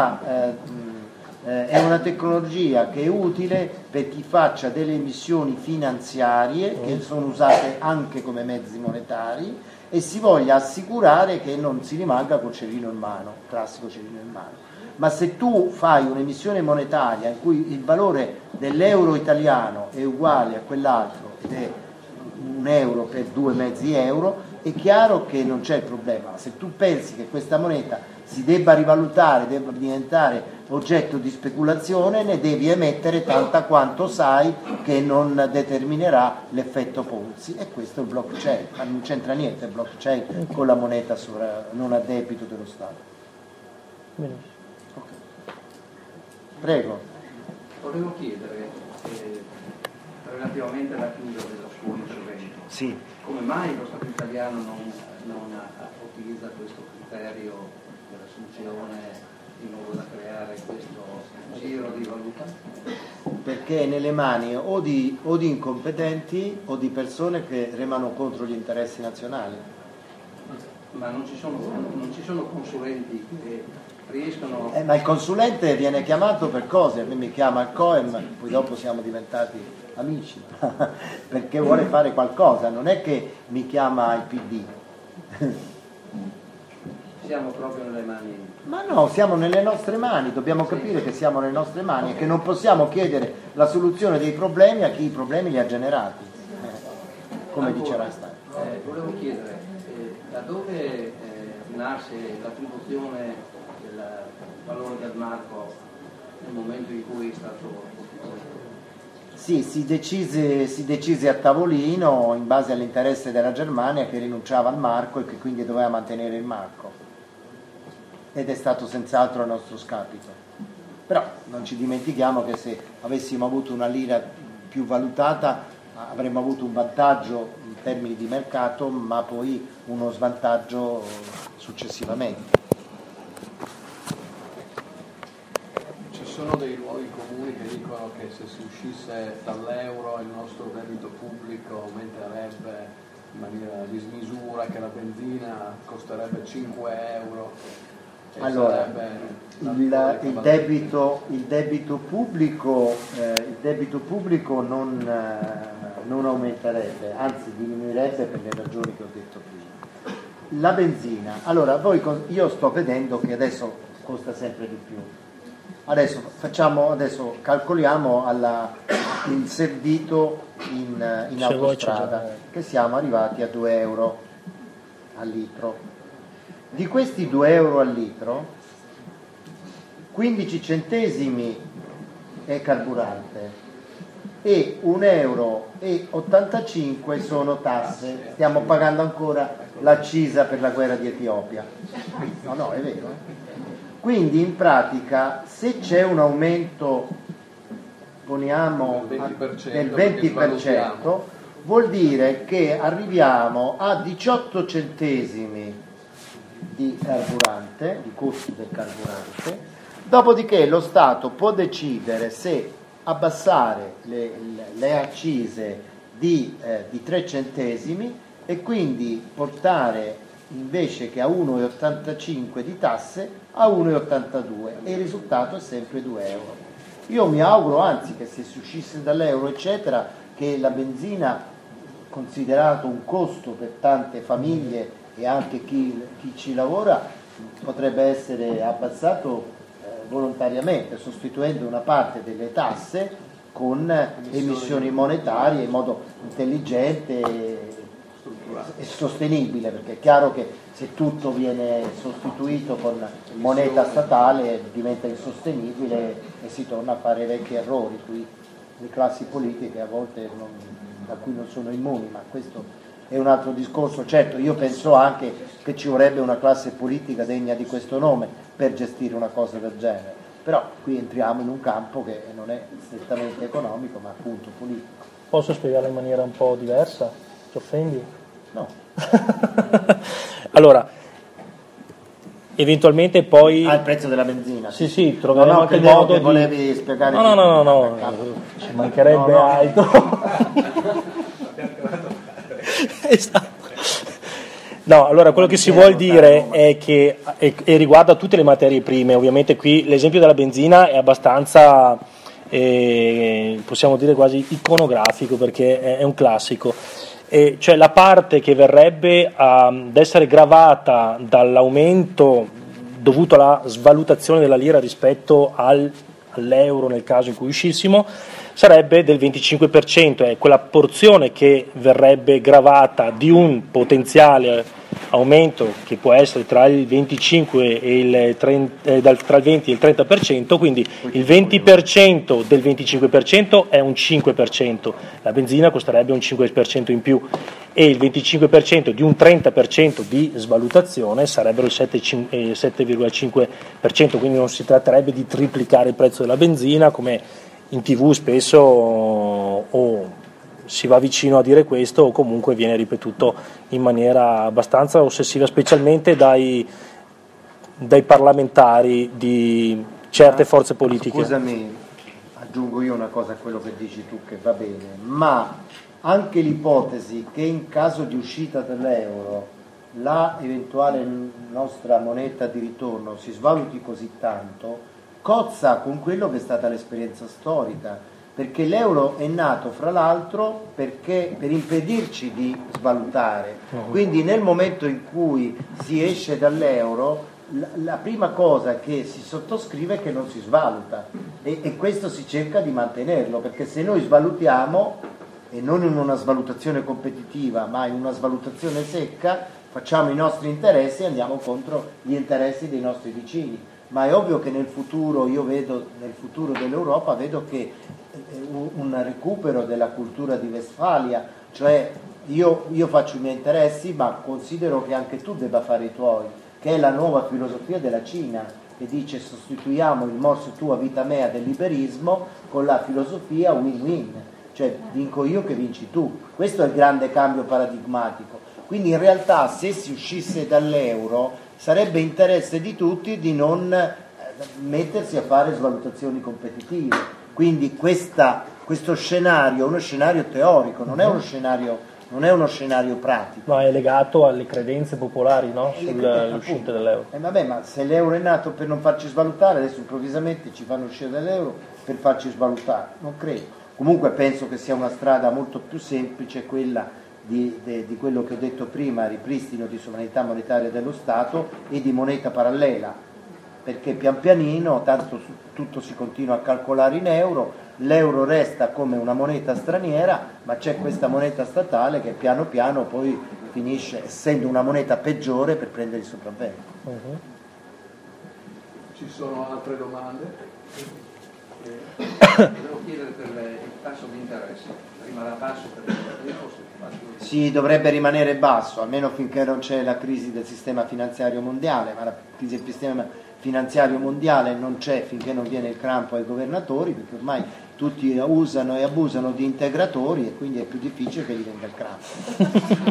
è una tecnologia che è utile per chi faccia delle emissioni finanziarie che sono usate anche come mezzi monetari e si voglia assicurare che non si rimanga col cerino in mano, classico cerino in mano. Ma se tu fai un'emissione monetaria in cui il valore dell'euro italiano è uguale a quell'altro ed è 1 euro per 2 mezzi euro, è chiaro che non c'è il problema. Se tu pensi che questa moneta si debba rivalutare, debba diventare oggetto di speculazione, ne devi emettere tanta quanto sai che non determinerà l'effetto Ponzi, e questo è il blockchain, ma non c'entra niente il blockchain con la moneta non a debito dello Stato. Benissimo. Okay. Prego. Volevo chiedere, relativamente alla chiusura dello scudo insolvente, Sì. come mai lo Stato italiano non utilizza questo criterio dell'assunzione in modo da creare questo giro di valuta? Perché è nelle mani o di incompetenti o di persone che remano contro gli interessi nazionali. Ma non ci sono consulenti che riescono... Ma il consulente viene chiamato per cose, a me mi chiama il COEM, poi dopo siamo diventati amici, perché vuole fare qualcosa, non è che mi chiama il PD. Siamo proprio nelle mani... Ma no, siamo nelle nostre mani, dobbiamo capire che siamo nelle nostre mani e che non possiamo chiedere la soluzione dei problemi a chi i problemi li ha generati, come diceva Einstein. Volevo chiedere, da dove nasce l'attribuzione del valore del marco nel momento in cui è stato costituito? Sì, si decise a tavolino in base all'interesse della Germania, che rinunciava al marco e che quindi doveva mantenere il marco, ed è stato senz'altro a nostro scapito. Però non ci dimentichiamo che se avessimo avuto una lira più valutata avremmo avuto un vantaggio in termini di mercato, ma poi uno svantaggio successivamente. Ci sono dei luoghi comuni che dicono che se si uscisse dall'euro il nostro debito pubblico aumenterebbe in maniera dismisura, che la benzina costerebbe 5 euro. Allora, il debito pubblico non aumenterebbe, anzi diminuirebbe per le ragioni che ho detto prima. La benzina, allora io sto vedendo che adesso costa sempre di più. Adesso calcoliamo il servito in autostrada, che siamo arrivati a 2 euro al litro. Di questi 2 euro al litro, 15 centesimi è carburante e 1,85 euro sono tasse. Stiamo pagando ancora l'accisa per la guerra di Etiopia. No, è vero. Quindi in pratica, se c'è un aumento, poniamo, del 20%, vuol dire che arriviamo a 18 centesimi di carburante, di costo del carburante, dopodiché lo Stato può decidere se abbassare le accise di 3 centesimi e quindi portare, invece che a 1,85 di tasse, a 1,82, e il risultato è sempre 2 euro. Io mi auguro anzi che se si uscisse dall'euro eccetera, che la benzina, considerato un costo per tante famiglie e anche chi ci lavora, potrebbe essere abbassato volontariamente, sostituendo una parte delle tasse con emissioni monetarie in modo intelligente e sostenibile, perché è chiaro che se tutto viene sostituito con moneta statale diventa insostenibile e si torna a fare vecchi errori, cui le classi politiche a volte da cui non sono immuni, ma questo è un altro discorso. Certo, io penso anche che ci vorrebbe una classe politica degna di questo nome per gestire una cosa del genere, però qui entriamo in un campo che non è strettamente economico ma appunto politico. Posso spiegarlo in maniera un po' diversa? Ti offendi? No. Allora, eventualmente poi... il prezzo della benzina. Sì, troveremo anche il modo che volevi spiegare. No, ci mancherebbe altro. Esatto. No, allora quello che si vuol dire è che e riguarda tutte le materie prime. Ovviamente qui l'esempio della benzina è abbastanza possiamo dire quasi iconografico, perché è un classico, cioè la parte che verrebbe ad essere gravata dall'aumento dovuto alla svalutazione della lira rispetto all'euro nel caso in cui uscissimo sarebbe del 25%, è quella porzione che verrebbe gravata di un potenziale aumento che può essere tra il 25 e il 30, tra il 20 e il 30%, quindi il 20% del 25% è un 5%, la benzina costerebbe un 5% in più e il 25% di un 30% di svalutazione sarebbero il 7,5%, quindi non si tratterebbe di triplicare il prezzo della benzina come in TV spesso o si va vicino a dire questo o comunque viene ripetuto in maniera abbastanza ossessiva, specialmente dai parlamentari di certe forze politiche. Scusami, aggiungo io una cosa a quello che dici tu che va bene, ma anche l'ipotesi che in caso di uscita dall'euro la eventuale nostra moneta di ritorno si svaluti così tanto cozza con quello che è stata l'esperienza storica, perché l'euro è nato fra l'altro perché per impedirci di svalutare, quindi nel momento in cui si esce dall'euro la prima cosa che si sottoscrive è che non si svaluta e questo si cerca di mantenerlo, perché se noi svalutiamo e non in una svalutazione competitiva ma in una svalutazione secca facciamo i nostri interessi e andiamo contro gli interessi dei nostri vicini. Ma è ovvio che nel futuro, io vedo nel futuro dell'Europa, vedo che un recupero della cultura di Westfalia, cioè io faccio i miei interessi ma considero che anche tu debba fare i tuoi, che è la nuova filosofia della Cina, che dice sostituiamo il morso tua vita mea del liberismo con la filosofia win-win, cioè vinco io che vinci tu. Questo è il grande cambio paradigmatico. Quindi in realtà se si uscisse dall'euro sarebbe interesse di tutti di non mettersi a fare svalutazioni competitive. Quindi questo scenario è uno scenario teorico, non è uno scenario pratico. Ma è legato alle credenze popolari, no? Sull'uscita dall'euro. Vabbè, ma se l'euro è nato per non farci svalutare, adesso improvvisamente ci fanno uscire dall'euro per farci svalutare, non credo. Comunque penso che sia una strada molto più semplice quella di quello che ho detto prima, ripristino di sovranità monetaria dello Stato e di moneta parallela, perché pian pianino, tanto tutto si continua a calcolare in euro, l'euro resta come una moneta straniera, ma c'è questa moneta statale che piano piano poi finisce essendo una moneta peggiore per prendere il sopravvento. Ci sono altre domande? Devo chiedere per il tasso di interesse, rimarrà basso per il periodo? Sì, dovrebbe rimanere basso, almeno finché non c'è la crisi del sistema finanziario mondiale, ma la crisi del sistema finanziario mondiale non c'è finché non viene il crampo ai governatori, perché ormai tutti usano e abusano di integratori e quindi è più difficile che gli venga il crampo.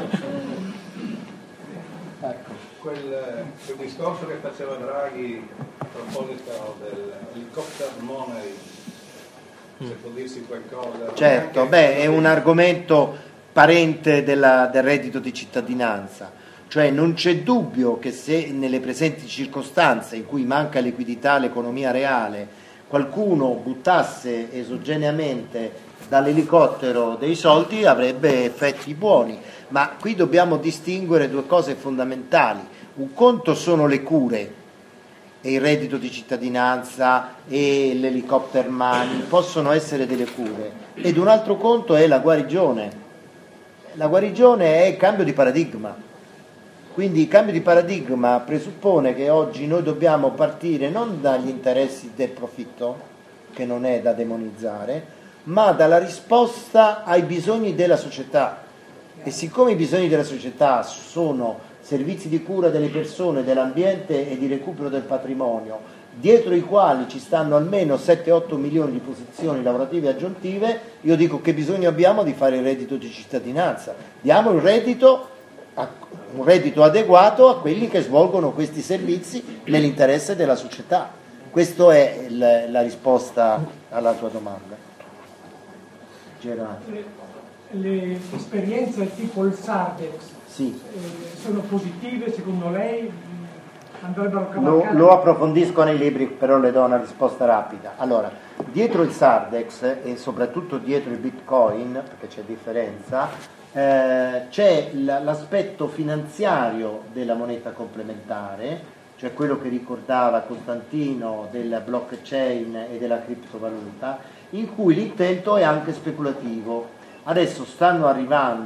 Ecco, quel discorso che faceva Draghi a proposito dell'helicopter money, se può dirsi qualcosa. Certo, è un argomento parente del reddito di cittadinanza, cioè non c'è dubbio che se nelle presenti circostanze in cui manca liquidità all'economia reale qualcuno buttasse esogeneamente dall'elicottero dei soldi avrebbe effetti buoni, ma qui dobbiamo distinguere due cose fondamentali. Un conto sono le cure e il reddito di cittadinanza e l'helicopter money possono essere delle cure, ed un altro conto è la guarigione. La guarigione è il cambio di paradigma, quindi il cambio di paradigma presuppone che oggi noi dobbiamo partire non dagli interessi del profitto, che non è da demonizzare, ma dalla risposta ai bisogni della società. E siccome i bisogni della società sono servizi di cura delle persone, dell'ambiente e di recupero del patrimonio, dietro i quali ci stanno almeno 7-8 milioni di posizioni lavorative aggiuntive, io dico che bisogno abbiamo di fare il reddito di cittadinanza. Diamo un reddito adeguato a quelli che svolgono questi servizi nell'interesse della società. Questa è la risposta alla tua domanda. Gerardo. Le esperienze tipo il Sardex Sì. Sono positive secondo lei? Andrebbero cavalcate? Lo approfondisco nei libri, però le do una risposta rapida. Allora, dietro il Sardex e soprattutto dietro il Bitcoin, perché c'è differenza, c'è l'aspetto finanziario della moneta complementare, cioè quello che ricordava Costantino del blockchain e della criptovaluta, in cui l'intento è anche speculativo. Adesso stanno arrivando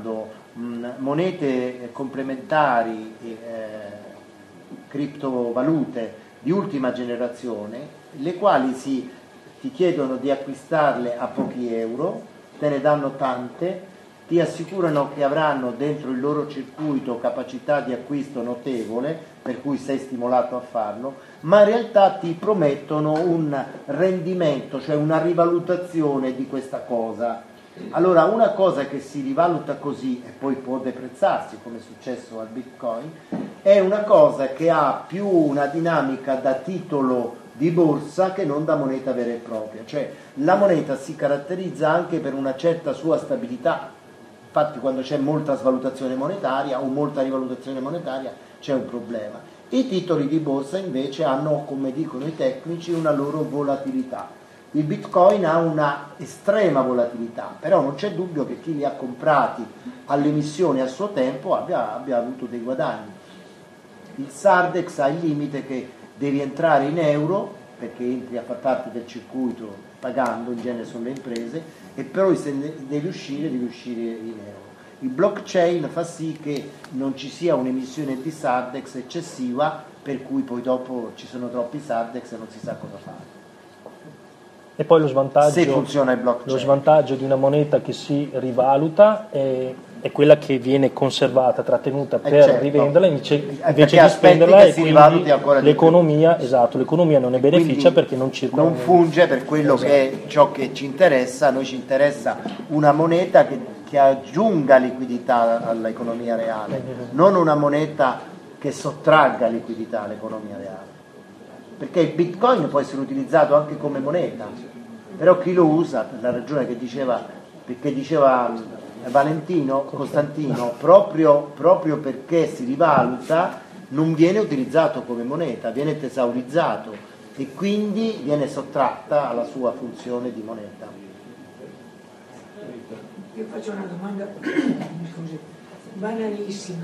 monete complementari, criptovalute di ultima generazione, le quali ti chiedono di acquistarle a pochi euro, te ne danno tante, ti assicurano che avranno dentro il loro circuito capacità di acquisto notevole, per cui sei stimolato a farlo, ma in realtà ti promettono un rendimento, cioè una rivalutazione di questa cosa. Allora, una cosa che si rivaluta così e poi può deprezzarsi, come è successo al Bitcoin, è una cosa che ha più una dinamica da titolo di borsa che non da moneta vera e propria, cioè la moneta si caratterizza anche per una certa sua stabilità. Infatti quando c'è molta svalutazione monetaria o molta rivalutazione monetaria c'è un problema. I titoli di borsa invece hanno, come dicono i tecnici, una loro volatilità. Il Bitcoin ha una estrema volatilità, però non c'è dubbio che chi li ha comprati all'emissione a suo tempo abbia avuto dei guadagni. Il Sardex ha il limite che devi entrare in euro, perché entri a far parte del circuito pagando, in genere sono le imprese, e poi se devi uscire in euro. Il blockchain fa sì che non ci sia un'emissione di Sardex eccessiva, per cui poi dopo ci sono troppi Sardex e non si sa cosa fare. E poi lo svantaggio, se funziona il blockchain. Lo svantaggio di una moneta che si rivaluta è quella che viene conservata, trattenuta per certo. rivenderla invece di spenderla, e quindi l'economia, esatto, l'economia non ne beneficia perché non circola. Non funge per quello che è ciò che ci interessa. A noi ci interessa una moneta che aggiunga liquidità all'economia reale, non una moneta che sottragga liquidità all'economia reale. Perché il Bitcoin può essere utilizzato anche come moneta, però chi lo usa, per la ragione che diceva Costantino, proprio perché si rivaluta, non viene utilizzato come moneta, viene tesaurizzato e quindi viene sottratta alla sua funzione di moneta. Io faccio una domanda scusi, banalissima,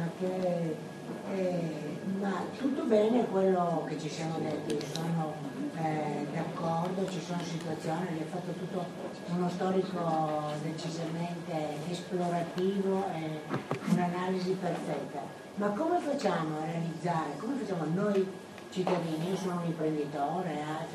ma tutto bene quello che ci siamo detti, sono d'accordo, ci sono situazioni, lei ha fatto tutto uno storico decisamente esplorativo e un'analisi perfetta, ma come facciamo a realizzare, come facciamo noi cittadini, io sono un imprenditore,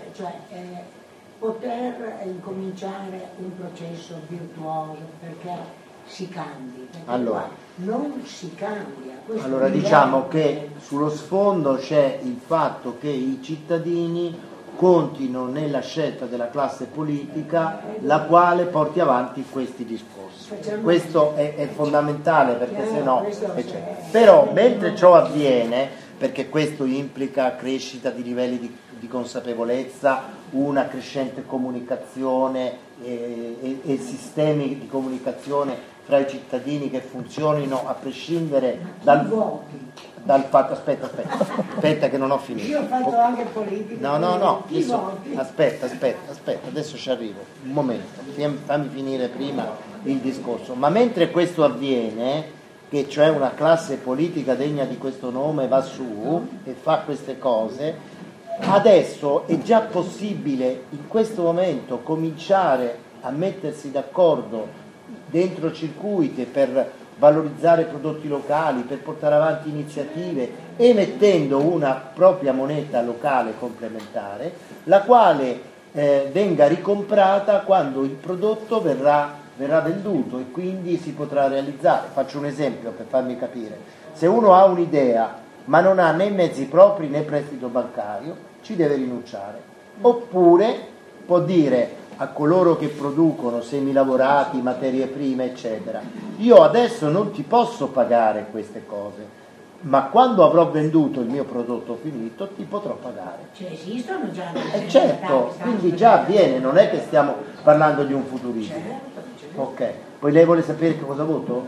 poter incominciare un processo virtuoso perché si cambi, perché allora, non si cambia. Allora diciamo che sullo sfondo c'è il fatto che i cittadini contino nella scelta della classe politica la quale porti avanti questi discorsi. Questo è fondamentale, perché se no però mentre ciò avviene, perché questo implica crescita di livelli di consapevolezza, una crescente comunicazione e sistemi di comunicazione fra i cittadini che funzionino a prescindere dal fatto. Aspetta che non ho finito. Io ho fatto anche politica. No, aspetta, adesso ci arrivo, un momento, fammi finire prima il discorso. Ma mentre questo avviene, che cioè una classe politica degna di questo nome va su e fa queste cose, adesso è già possibile in questo momento cominciare a mettersi d'accordo dentro circuiti per valorizzare prodotti locali, per portare avanti iniziative, emettendo una propria moneta locale complementare, la quale venga ricomprata quando il prodotto verrà venduto e quindi si potrà realizzare. Faccio un esempio per farmi capire: se uno ha un'idea ma non ha né mezzi propri né prestito bancario, ci deve rinunciare, oppure può dire a coloro che producono semilavorati, materie prime eccetera: io adesso non ti posso pagare queste cose, ma quando avrò venduto il mio prodotto finito ti potrò pagare. Cioè esistono già certo, quindi già avviene, non è che stiamo parlando di un futurismo. Ok, poi lei vuole sapere che cosa voto?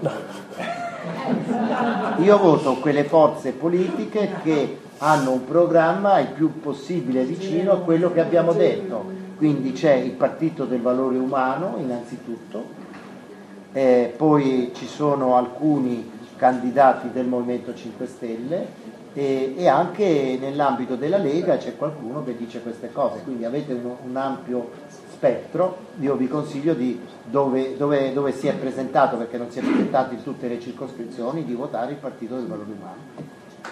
Io voto quelle forze politiche che hanno un programma il più possibile vicino a quello che abbiamo detto. Quindi c'è il Partito del Valore Umano innanzitutto, poi ci sono alcuni candidati del Movimento 5 Stelle e anche nell'ambito della Lega c'è qualcuno che dice queste cose, quindi avete un ampio spettro, io vi consiglio di dove si è presentato, perché non si è presentato in tutte le circoscrizioni, di votare il Partito del Valore Umano.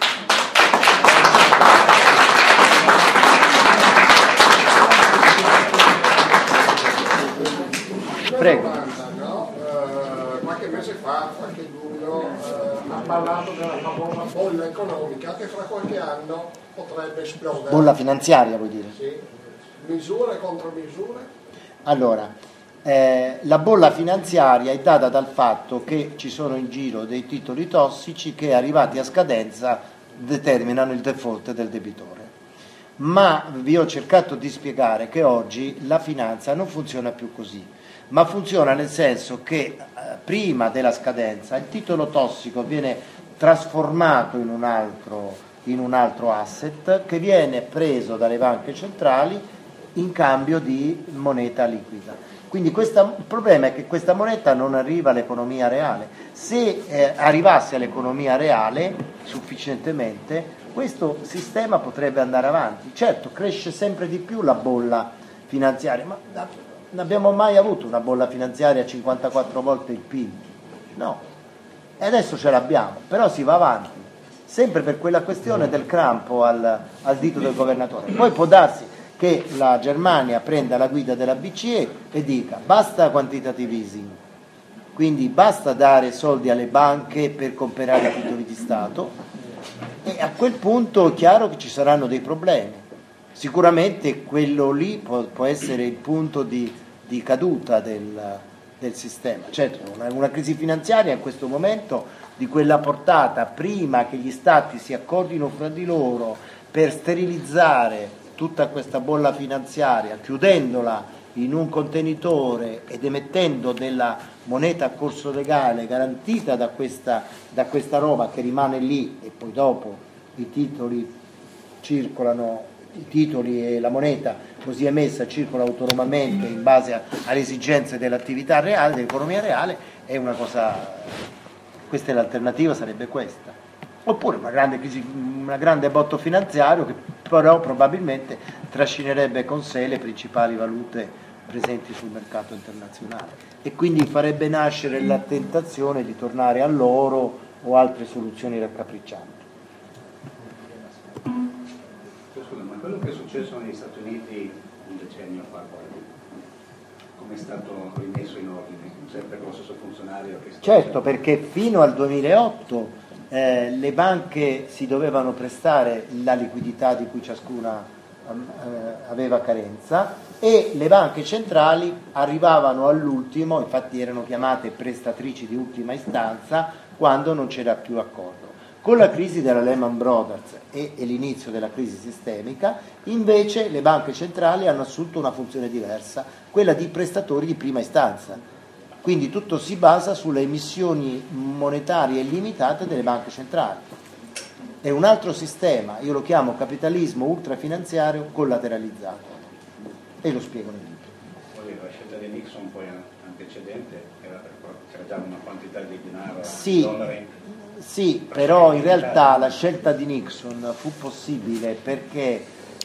Prego. Qualche mese fa, qualche giugno, ha parlato della famosa bolla economica che fra qualche anno potrebbe esplodere. Bolla finanziaria vuoi dire? Sì. Misure contro misure? Allora, la bolla finanziaria è data dal fatto che ci sono in giro dei titoli tossici che, arrivati a scadenza, determinano il default del debitore. Ma vi ho cercato di spiegare che oggi la finanza non funziona più così, ma funziona nel senso che prima della scadenza il titolo tossico viene trasformato in un altro asset che viene preso dalle banche centrali in cambio di moneta liquida. Quindi il problema è che questa moneta non arriva all'economia reale. Se arrivasse all'economia reale sufficientemente, questo sistema potrebbe andare avanti. Certo, cresce sempre di più la bolla finanziaria, ma non abbiamo mai avuto una bolla finanziaria a 54 volte il PIL. No, e adesso ce l'abbiamo, però si va avanti, sempre per quella questione del crampo al dito del governatore. Poi può darsi che la Germania prenda la guida della BCE e dica basta quantitative easing, quindi basta dare soldi alle banche per comprare titoli di Stato, e a quel punto è chiaro che ci saranno dei problemi. Sicuramente quello lì può essere il punto di caduta del sistema. Certo, una crisi finanziaria in questo momento di quella portata, prima che gli stati si accordino fra di loro per sterilizzare tutta questa bolla finanziaria, chiudendola in un contenitore ed emettendo della moneta a corso legale garantita da questa roba che rimane lì, e poi dopo i titoli circolano, i titoli e la moneta così emessa circola autonomamente in base alle esigenze dell'attività reale, dell'economia reale, è una cosa, questa è l'alternativa, sarebbe questa. Oppure una grande crisi, una grande botto finanziario che però probabilmente trascinerebbe con sé le principali valute presenti sul mercato internazionale e quindi farebbe nascere la tentazione di tornare all'oro o altre soluzioni raccapriccianti. Scusa, ma quello che è successo negli Stati Uniti un decennio fa, come è stato rimesso in ordine? Sempre con lo stesso funzionario che Certo, perché fino al 2008 le banche si dovevano prestare la liquidità di cui ciascuna aveva carenza e le banche centrali arrivavano all'ultimo, infatti erano chiamate prestatrici di ultima istanza, quando non c'era più accordo. Con la crisi della Lehman Brothers e l'inizio della crisi sistemica, invece le banche centrali hanno assunto una funzione diversa, quella di prestatori di prima istanza. Quindi tutto si basa sulle emissioni monetarie illimitate delle banche centrali. È un altro sistema, io lo chiamo capitalismo ultrafinanziario collateralizzato. E lo spiego nel libro. La scelta di Nixon poi antecedente era c'era già una quantità di denaro, dollari. Sì, però in realtà la scelta di Nixon fu possibile perché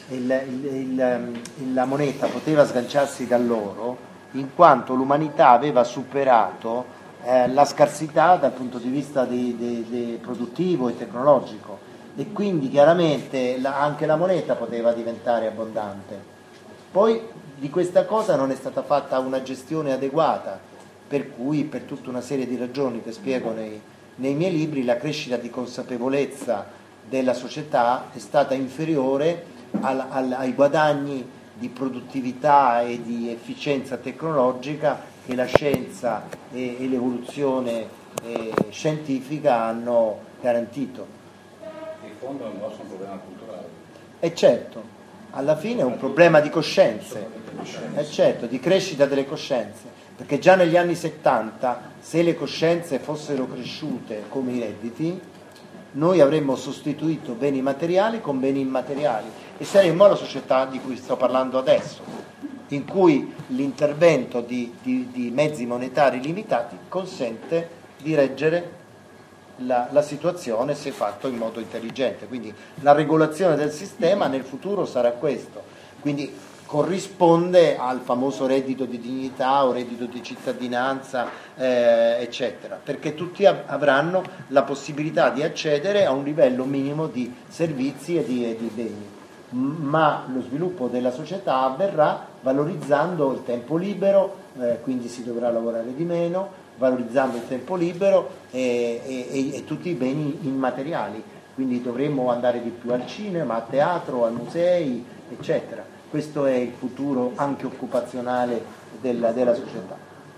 la moneta poteva sganciarsi dall'oro in quanto l'umanità aveva superato la scarsità dal punto di vista produttivo e tecnologico e quindi chiaramente anche la moneta poteva diventare abbondante. Poi di questa cosa non è stata fatta una gestione adeguata, per cui per tutta una serie di ragioni che spiego nei miei libri la crescita di consapevolezza della società è stata inferiore ai guadagni di produttività e di efficienza tecnologica che la scienza e l'evoluzione scientifica hanno garantito. In fondo è un nostro problema culturale. E certo, alla fine è un problema di coscienze, certo, di crescita delle coscienze, perché già negli anni 70, se le coscienze fossero cresciute come i redditi, noi avremmo sostituito beni materiali con beni immateriali e saremmo alla società di cui sto parlando adesso, in cui l'intervento di mezzi monetari limitati consente di reggere la situazione se fatto in modo intelligente. Quindi la regolazione del sistema nel futuro sarà questo. Quindi corrisponde al famoso reddito di dignità o reddito di cittadinanza, eccetera, perché tutti avranno la possibilità di accedere a un livello minimo di servizi e di beni, ma lo sviluppo della società avverrà valorizzando il tempo libero, quindi si dovrà lavorare di meno, valorizzando il tempo libero e tutti i beni immateriali, quindi dovremo andare di più al cinema, a teatro, ai musei, eccetera. Questo è il futuro anche occupazionale della società.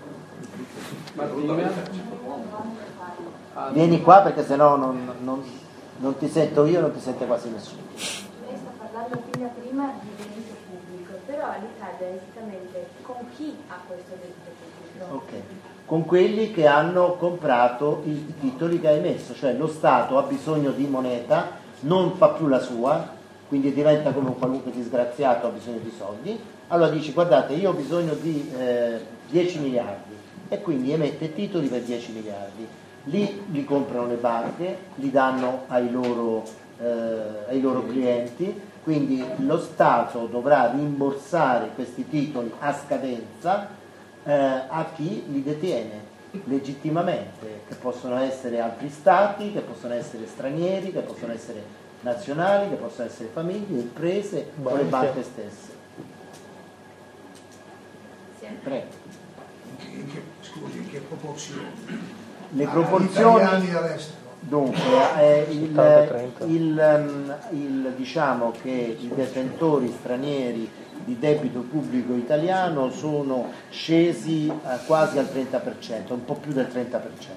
Vieni qua perché sennò non ti sento io, non ti sente quasi nessuno. Lei sta parlando prima di debito pubblico, però l'Italia esattamente con chi ha questo debito pubblico? Ok, con quelli che hanno comprato i titoli che ha emesso, cioè lo Stato ha bisogno di moneta, non fa più la sua, quindi diventa come un qualunque disgraziato, ha bisogno di soldi, allora dici guardate io ho bisogno di 10 miliardi e quindi emette titoli per 10 miliardi, li comprano le banche, li danno ai loro clienti, quindi lo Stato dovrà rimborsare questi titoli a scadenza a chi li detiene legittimamente, che possono essere altri stati, che possono essere stranieri, che possono essere nazionali, che possono essere famiglie, imprese o le banche stesse. Prego. In che proporzioni? Le proporzioni, italiani e all'estero. dunque, diciamo che i detentori stranieri di debito pubblico italiano sono scesi quasi al 30%, un po' più del 30%.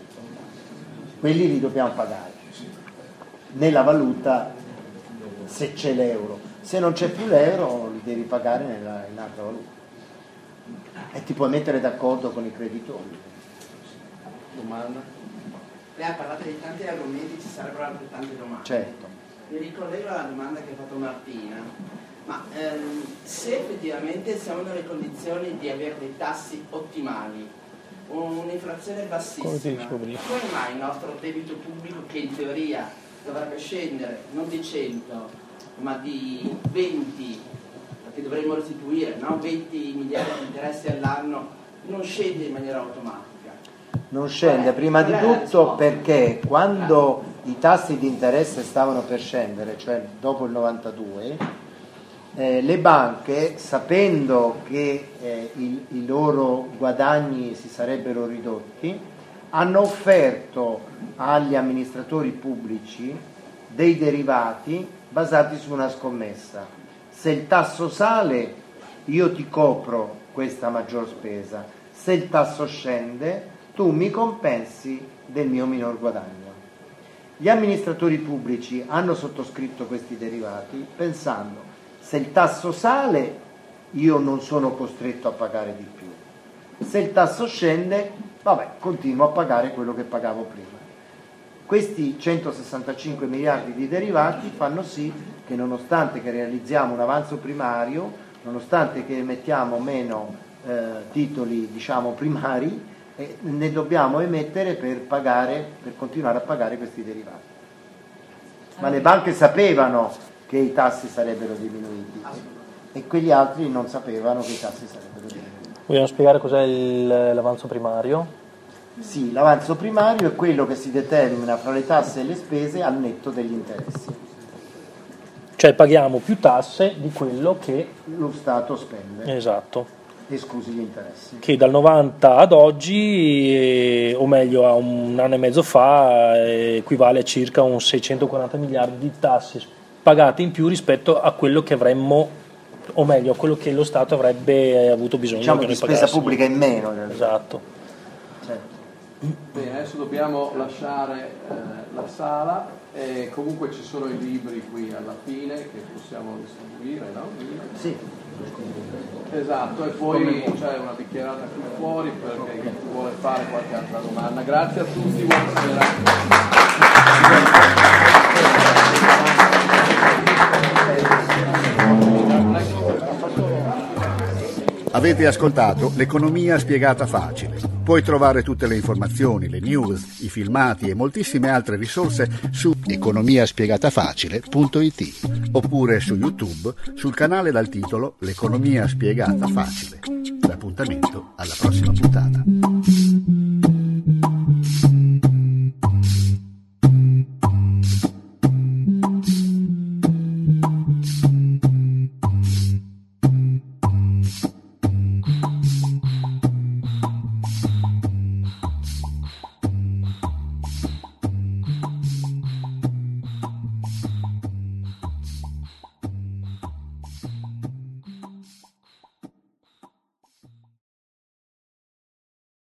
Quelli li dobbiamo pagare nella valuta, se c'è l'euro. Se non c'è più l'euro li devi pagare in altra valuta e ti puoi mettere d'accordo con i creditori. Domanda? Lei ha parlato di tanti argomenti, ci sarebbero altrettante domande. Certo. Mi ricollego alla domanda che ha fatto Martina, ma se effettivamente siamo nelle condizioni di avere dei tassi ottimali, un'inflazione bassissima, come mai il nostro debito pubblico, che in teoria dovrebbe scendere non di 100 ma di 20, perché dovremmo restituire 20 miliardi di interessi all'anno, non scende in maniera automatica? Non scende prima di tutto perché quando i tassi di interesse stavano per scendere, cioè dopo il 92, le banche, sapendo che i loro guadagni si sarebbero ridotti, hanno offerto agli amministratori pubblici dei derivati basati su una scommessa. Se il tasso sale, io ti copro questa maggior spesa, se il tasso scende, tu mi compensi del mio minor guadagno. Gli amministratori pubblici hanno sottoscritto questi derivati pensando: se il tasso sale, io non sono costretto a pagare di più. Se il tasso scende, vabbè, continuo a pagare quello che pagavo prima. Questi 165 miliardi di derivati fanno sì che, nonostante che realizziamo un avanzo primario, nonostante che emettiamo meno titoli, diciamo, primari, ne dobbiamo emettere per continuare a pagare questi derivati. Ma le banche sapevano che i tassi sarebbero diminuiti e quegli altri non sapevano che i tassi sarebbero diminuiti. Vogliamo spiegare cos'è l'avanzo primario? Sì, l'avanzo primario è quello che si determina fra le tasse e le spese al netto degli interessi. Cioè paghiamo più tasse di quello che lo Stato spende. Esatto. Esclusi gli interessi. Che dal 90 ad oggi, o meglio a un anno e mezzo fa, equivale a circa un 640 miliardi di tasse pagate in più rispetto a quello che avremmo, o meglio a quello che lo Stato avrebbe avuto bisogno, diciamo, di spesa pubblica in meno. Esatto. Certo. Bene, adesso dobbiamo lasciare la sala e comunque ci sono i libri qui alla fine che possiamo distribuire, no? Sì. Esatto, e poi c'è una bicchierata qui fuori perché chi vuole fare qualche altra domanda. Grazie a tutti, buonasera. Avete ascoltato L'Economia spiegata facile. Puoi trovare tutte le informazioni, le news, i filmati e moltissime altre risorse su economiaspiegatafacile.it oppure su YouTube sul canale dal titolo L'economia spiegata facile. L'appuntamento alla prossima puntata.